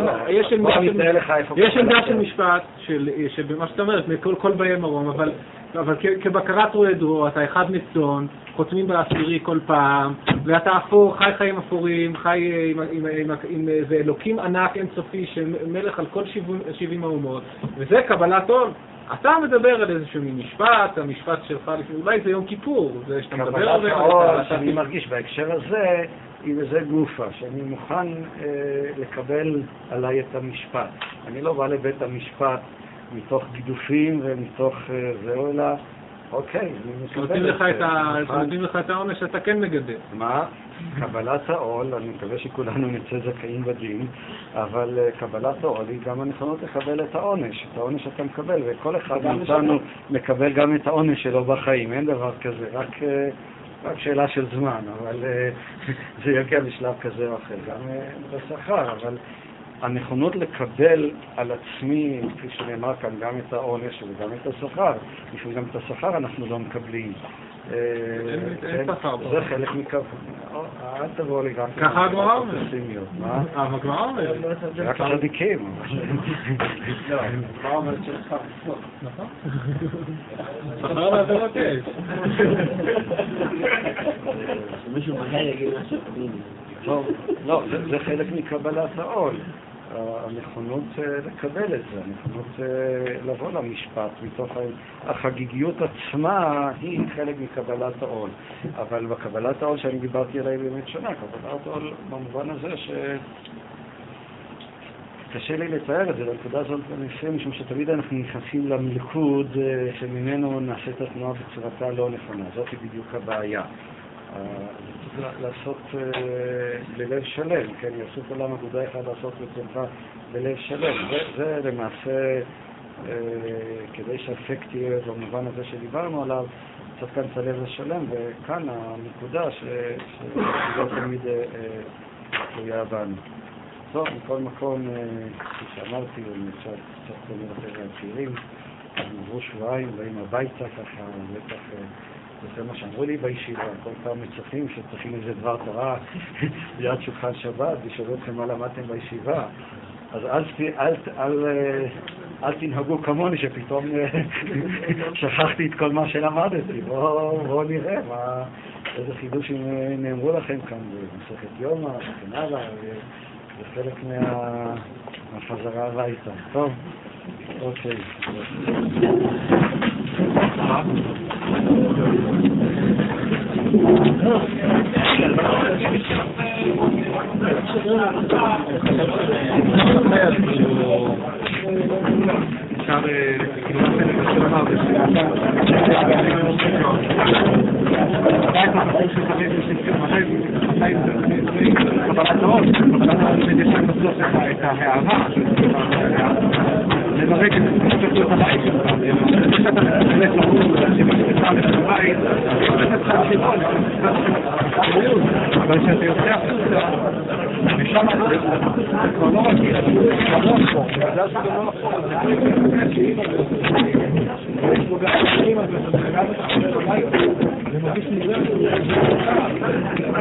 Speaker 6: יש עמדה של משפט, שבמה שאתה אומרת, כל באי מרום, אבל כבקרת רואה דרור, אתה אחד מצון, חותמים בעשירי כל פעם, ואתה אפור, חי חיים אפורים, חי עם איזה אלוקים ענק אינסופי, שמלך על כל 70 האומות, וזה קבלת עול. אתה מדבר על איזשהו משפט, המשפט שלך, אולי זה יום כיפור, זה שאתה מדבר על זה.
Speaker 1: קבלת העול שאני מרגיש בהקשר הזה, היא בזה גופה, שאני מוכן לקבל עליי את המשפט. אני לא בא לבית המשפט מתוך גידופים ומתוך זהו, אלא, אוקיי, אני מקבל את זה.
Speaker 6: נותנים לך את העונש שאתה כן מגדל.
Speaker 1: מה? קבלת העול, אני מקווה שכולנו נצא זכאים בדין, אבל קבלת העול היא גם הנכונות לקבל את העונש. את העונש אתה מקבל, וכל אחד מאיתנו מקבל גם את העונש שלו בחיים. אין דבר כזה, רק שאלה של זמן, אבל זה יגיע בשלב כזה או אחר. גם בשכר, אבל הנכונות לקבל על עצמי, כפי שנאמר כאן, גם את העונש וגם את השכר. בשביל גם את השכר אנחנו לא מקבלים. זה חלק מכך. אל תבוא לי רק...
Speaker 6: ככה הגמרא אומרת.
Speaker 1: מה?
Speaker 6: הגמרא אומרת.
Speaker 1: רק צדיקים.
Speaker 5: לא, הגמרא אומרת שכר בסוף.
Speaker 6: נכון. שכר לעבירות יש.
Speaker 2: מישהו מהר יגיד משהו קביני.
Speaker 1: טוב, לא, זה חלק מקבלת העול. הנכונות לקבל את זה, הנכונות לבוא למשפט, מתוך החגיגיות עצמה היא חלק מקבלת העול. אבל בקבלת העול שאני דיברתי עליי באמת שונה, קבלת העול במובן הזה קשה לי לתאר את זה, לנקודה הזאת בנושא, משום שתמיד אנחנו נכנסים למלכוד שממנו נעשה את התנועה בצורתה לא נכונה, זאת בדיוק הבעיה. לעשות בלב שלם, כן, יעשו כולם עבודה אחד לעשות בצורך בלב שלם. זה למעשה, כדי שהאפקט יהיה במובן הזה שדיברנו עליו, צריך כאן את הלב השלם, וכאן הנקודה שלא תמיד תלויה בנו. טוב, מכל מקום, כפי שאמרתי, אני קצת אומר יותר הצעירים, הם עברו שבועיים, באים הביתה ככה, בטח זה מה שאמרו לי בישיבה, כל פעם מצפים שצריכים איזה דבר תורה ליד שולחן שבת, ושואלו אתכם מה למדתם בישיבה. אז אל תנהגו כמוני שפתאום שכחתי את כל מה שלמדתי. בואו נראה איזה חידושים נאמרו לכם כאן במסכת יומא, וכן הלאה, זה חלק מהחזרה הביתה. טוב, אוקיי.
Speaker 6: Gracias. את ההערה, למרק את הבית שלך, שאתה באמת לחוץ שמשפחה את הבית, אבל שאתה יוצא החוצה, ושם כבר לא מכיר, כבר לא נכון, בגלל שזה לא נכון, יש לו גם חברים על זה, זה מרגיש נגרם